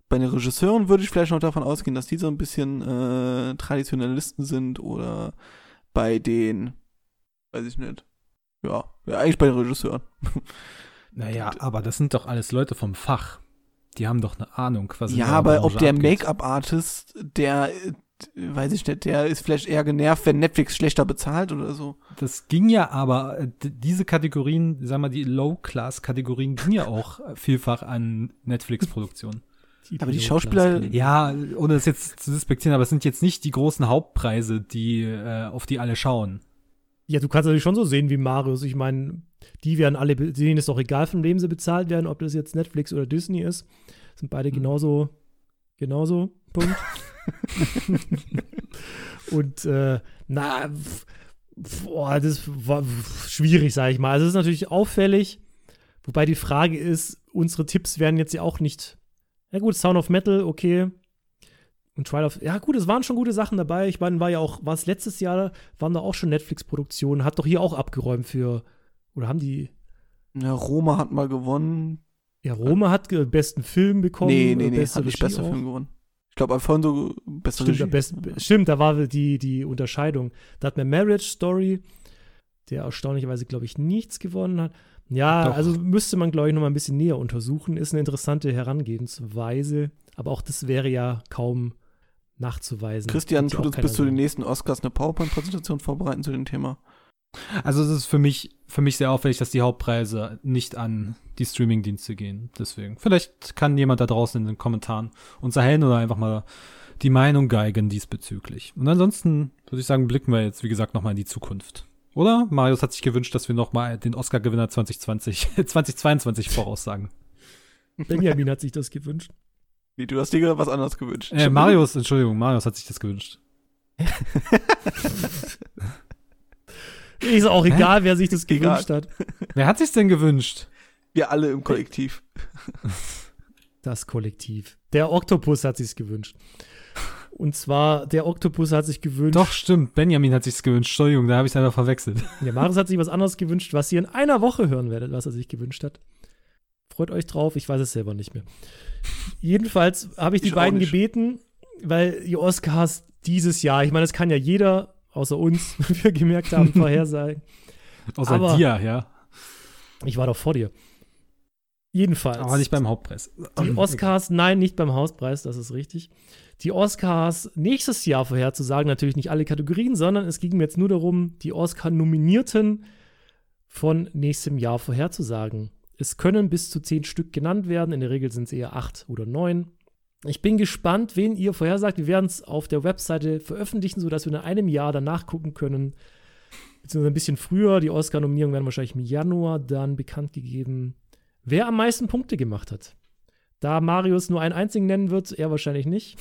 Bei den Regisseuren würde ich vielleicht noch davon ausgehen, dass die so ein bisschen Traditionalisten sind oder bei den, weiß ich nicht. Ja, eigentlich bei den Regisseuren. Naja, aber das sind doch alles Leute vom Fach. Die haben doch eine Ahnung, was Ja, aber ob der Make-up-Artist, der, weiß ich nicht, der ist vielleicht eher genervt, wenn Netflix schlechter bezahlt oder so. Das ging ja aber, diese Kategorien, sagen wir die Low-Class-Kategorien, ging ja auch vielfach an Netflix-Produktionen. Aber die Schauspieler. Ja, ohne das jetzt zu despektieren, aber es sind jetzt nicht die großen Hauptpreise, auf die alle schauen. Ja, du kannst natürlich schon so sehen wie Marius. Ich meine, denen ist doch egal, von wem sie bezahlt werden, ob das jetzt Netflix oder Disney ist. Sind beide genauso, Punkt. Und, das war schwierig, sag ich mal. Also es ist natürlich auffällig, wobei die Frage ist, unsere Tipps werden jetzt ja auch nicht, ja gut, Sound of Metal, okay. Und Trial of, ja gut, es waren schon gute Sachen dabei. Ich meine, war es letztes Jahr, waren da auch schon Netflix-Produktionen, hat doch hier auch abgeräumt oder haben die? Ja, Roma hat mal gewonnen. Ja, Roma hat besten Film bekommen. Nee, hat nicht bester Film gewonnen. Ich glaube, Alfonso bester Regie. Stimmt, da war die Unterscheidung. Da hat man Marriage Story, der erstaunlicherweise, glaube ich, nichts gewonnen hat. Ja, doch. Also müsste man, glaube ich, noch mal ein bisschen näher untersuchen. Ist eine interessante Herangehensweise, aber auch das wäre ja kaum nachzuweisen. Christian tut uns bis zu den nächsten Oscars eine PowerPoint-Präsentation vorbereiten zu dem Thema. Also es ist für mich sehr auffällig, dass die Hauptpreise nicht an die Streaming-Dienste gehen. Deswegen, vielleicht kann jemand da draußen in den Kommentaren uns erhellen oder einfach mal die Meinung geigen diesbezüglich. Und ansonsten würde ich sagen, blicken wir jetzt, wie gesagt, nochmal in die Zukunft. Oder? Marius hat sich gewünscht, dass wir nochmal den Oscar-Gewinner 2022 voraussagen. Benjamin hat sich das gewünscht. Wie, du hast dir was anderes gewünscht? Marius hat sich das gewünscht. Ist auch egal, wer sich das gewünscht hat. Wer hat sich's denn gewünscht? Wir alle im Kollektiv. Das Kollektiv. Der Oktopus hat sich's gewünscht. Und zwar, der Oktopus hat sich gewünscht. Doch, stimmt. Benjamin hat sich's gewünscht. Entschuldigung, da habe ich es einfach verwechselt. Ja, Marius hat sich was anderes gewünscht, was ihr in einer Woche hören werdet, was er sich gewünscht hat. Freut euch drauf, ich weiß es selber nicht mehr. Jedenfalls habe ich die beiden gebeten, weil die Oscars dieses Jahr, ich meine, das kann ja jeder, außer uns, wie wir gemerkt haben, vorhersagen. Außer dir, ja. Ich war doch vor dir. Jedenfalls. Aber nicht beim Hauptpreis. Die Oscars, nein, nicht beim Hauptpreis, das ist richtig. Die Oscars nächstes Jahr vorherzusagen, natürlich nicht alle Kategorien, sondern es ging mir jetzt nur darum, die Oscar-Nominierten von nächstem Jahr vorherzusagen. Es können bis zu 10 Stück genannt werden, in der Regel sind es eher 8 oder 9. Ich bin gespannt, wen ihr vorhersagt. Wir werden es auf der Webseite veröffentlichen, sodass wir in einem Jahr danach gucken können, beziehungsweise ein bisschen früher. Die Oscar-Nominierungen werden wahrscheinlich im Januar dann bekannt gegeben, wer am meisten Punkte gemacht hat. Da Marius nur einen einzigen nennen wird, er wahrscheinlich nicht.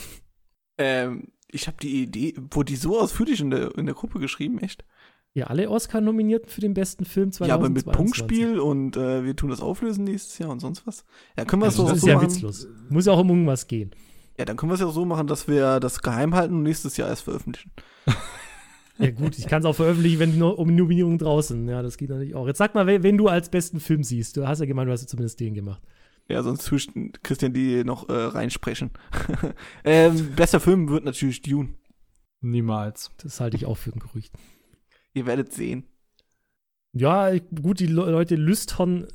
Ich habe die Idee, wurde die so ausführlich in der Gruppe geschrieben, echt? Ja, alle Oscar-Nominierten für den besten Film 2022. Ja, aber mit Punktspiel und wir tun das auflösen nächstes Jahr und sonst was. Ja, können wir es das so ist machen. Ja witzlos. Muss ja auch um irgendwas gehen. Ja, dann können wir es ja auch so machen, dass wir das geheim halten und nächstes Jahr erst veröffentlichen. Ja gut, ich kann es auch veröffentlichen, wenn die Nominierung draußen. Ja, das geht natürlich auch. Jetzt sag mal, wen du als besten Film siehst. Du hast ja gemeint, du hast ja zumindest den gemacht. Ja, sonst tust Christian die noch reinsprechen. Bester Film wird natürlich Dune. Niemals. Das halte ich auch für ein Gerücht. Ihr werdet sehen. Ja, gut, die Leute gelüsten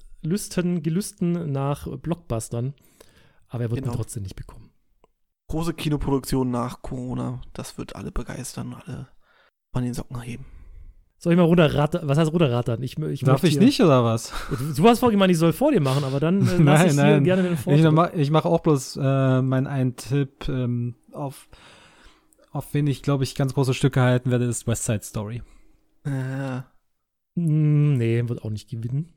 nach Blockbustern, aber er wird ihn trotzdem nicht bekommen. Große Kinoproduktion nach Corona, das wird alle begeistern, alle von den Socken heben. Soll ich mal runterrattern? Was heißt runterrattern? Darf ich nicht, oder was? Du hast vorhin gemeint, ich soll vor dir machen, aber dann lass ich dir gerne den Vortritt. Ich mache auch bloß meinen einen Tipp, auf wen ich, glaube ich, ganz große Stücke halten werde, ist West Side Story. Nee, wird auch nicht gewinnen.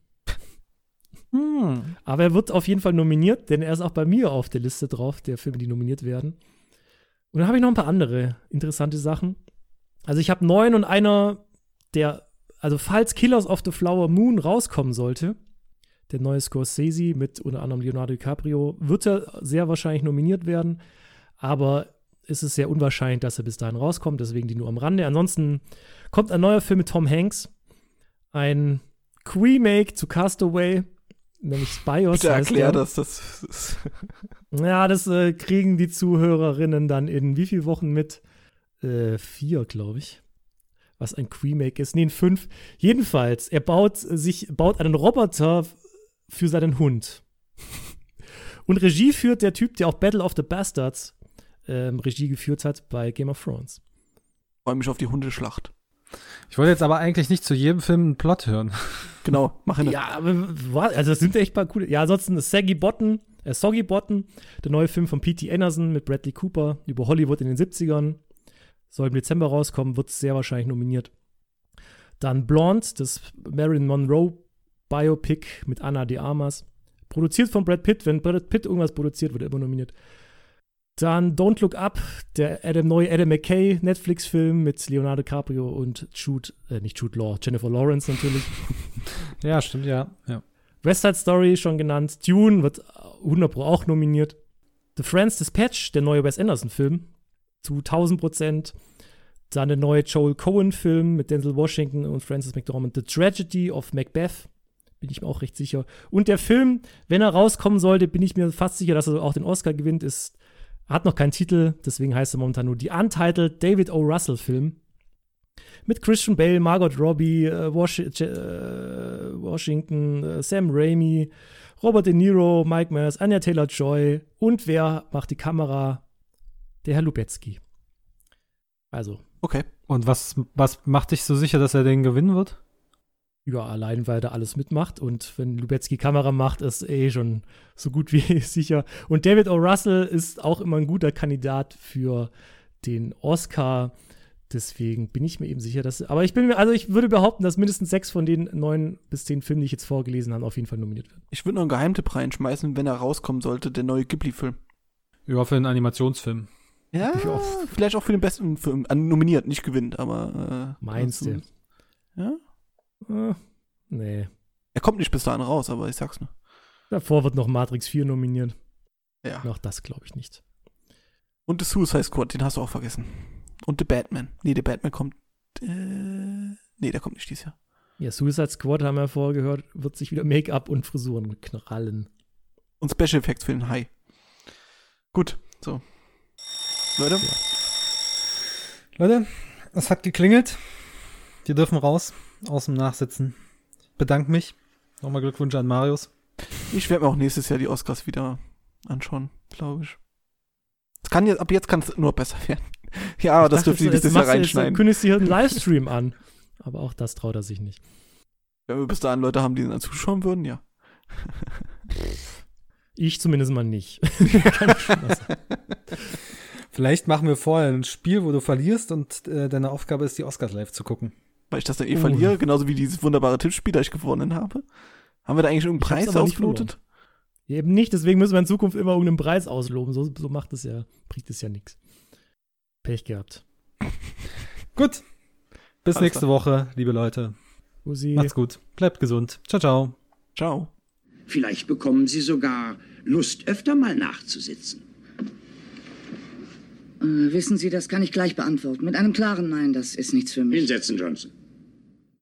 Aber er wird auf jeden Fall nominiert, denn er ist auch bei mir auf der Liste drauf, der Filme, die nominiert werden. Und dann habe ich noch ein paar andere interessante Sachen. Also ich habe 9 und einer, also falls Killers of the Flower Moon rauskommen sollte, der neue Scorsese mit unter anderem Leonardo DiCaprio, wird er sehr wahrscheinlich nominiert werden, aber es ist sehr unwahrscheinlich, dass er bis dahin rauskommt, deswegen die nur am Rande. Ansonsten kommt ein neuer Film mit Tom Hanks, ein Remake zu Castaway nämlich Bios. Bitte erklär das. Ja, das kriegen die Zuhörerinnen dann in wie vielen Wochen mit? 4, glaube ich. Was ein Remake ist. Nee, in 5. Jedenfalls, er baut einen Roboter für seinen Hund. Und Regie führt der Typ, der auch Battle of the Bastards Regie geführt hat bei Game of Thrones. Ich freue mich auf die Hundeschlacht. Ich wollte jetzt aber eigentlich nicht zu jedem Film einen Plot hören. Genau, mach hin. Ja, aber also das sind echt paar coole. Ja, ansonsten ist Soggy Bottom, der neue Film von P.T. Anderson mit Bradley Cooper über Hollywood in den 70ern. Soll im Dezember rauskommen, wird sehr wahrscheinlich nominiert. Dann Blonde, das Marilyn Monroe Biopic mit Ana de Armas. Produziert von Brad Pitt. Wenn Brad Pitt irgendwas produziert, wird er immer nominiert. Dann Don't Look Up, der neue Adam McKay Netflix-Film mit Leonardo DiCaprio und Jennifer Lawrence natürlich. Ja, stimmt, ja. West Side Story schon genannt. Dune wird 100% auch nominiert. The Friends Dispatch, der neue Wes Anderson-Film, zu 1000%. Dann der neue Joel Cohen-Film mit Denzel Washington und Frances McDormand, The Tragedy of Macbeth. Bin ich mir auch recht sicher. Und der Film, wenn er rauskommen sollte, bin ich mir fast sicher, dass er auch den Oscar gewinnt, hat noch keinen Titel, deswegen heißt er momentan nur The Untitled David O. Russell Film. Mit Christian Bale, Margot Robbie, Washington, Sam Raimi, Robert De Niro, Mike Myers, Anya Taylor-Joy und wer macht die Kamera? Der Herr Lubetzky. Also. Okay. Und was macht dich so sicher, dass er den gewinnen wird? Ja, allein, weil er alles mitmacht. Und wenn Lubetzky Kamera macht, ist schon so gut wie sicher. Und David O. Russell ist auch immer ein guter Kandidat für den Oscar. Deswegen bin ich mir eben sicher, aber ich würde behaupten, dass mindestens 6 von den 9 bis 10 Filmen, die ich jetzt vorgelesen habe, auf jeden Fall nominiert werden. Ich würde noch einen Geheimtipp reinschmeißen, wenn er rauskommen sollte, der neue Ghibli-Film. Ja, für einen Animationsfilm. Ja, vielleicht auch für den besten Film. Nominiert, nicht gewinnt, aber meinst du? Ja? Nee. Er kommt nicht bis dahin raus, aber ich sag's nur. Davor wird noch Matrix 4 nominiert. Ja. Noch das glaube ich nicht. Und The Suicide Squad, den hast du auch vergessen. Und The Batman. Nee, der Batman kommt. Der kommt nicht dieses Jahr. Ja, Suicide Squad, haben wir vorher gehört, wird sich wieder Make-up und Frisuren knallen. Und Special Effects für den Hai. Gut, so. Leute? Ja. Leute, es hat geklingelt. Die dürfen raus aus dem Nachsitzen. Bedanke mich. Nochmal Glückwünsche an Marius. Ich werde mir auch nächstes Jahr die Oscars wieder anschauen, glaube ich. Ab jetzt kann es nur besser werden. Ja, aber das dürfte ich nächstes Jahr reinschneiden. Du kündigst hier einen Livestream an. Aber auch das traut er sich nicht. Wenn wir bis dahin Leute haben, die dann zuschauen würden, ja. Ich zumindest mal nicht. Vielleicht machen wir vorher ein Spiel, wo du verlierst und deine Aufgabe ist, die Oscars live zu gucken. Weil ich das dann verliere, genauso wie dieses wunderbare Tippspiel, das ich gewonnen habe. Haben wir da eigentlich irgendeinen Preis ausgelotet? Ja, eben nicht, deswegen müssen wir in Zukunft immer irgendeinen Preis ausloben. So bringt es ja nichts. Pech gehabt. Gut. Bis nächste Woche, liebe Leute. Macht's gut. Bleibt gesund. Ciao, ciao. Ciao. Vielleicht bekommen Sie sogar Lust, öfter mal nachzusitzen. Wissen Sie, das kann ich gleich beantworten. Mit einem klaren Nein, das ist nichts für mich. Hinsetzen, Johnson.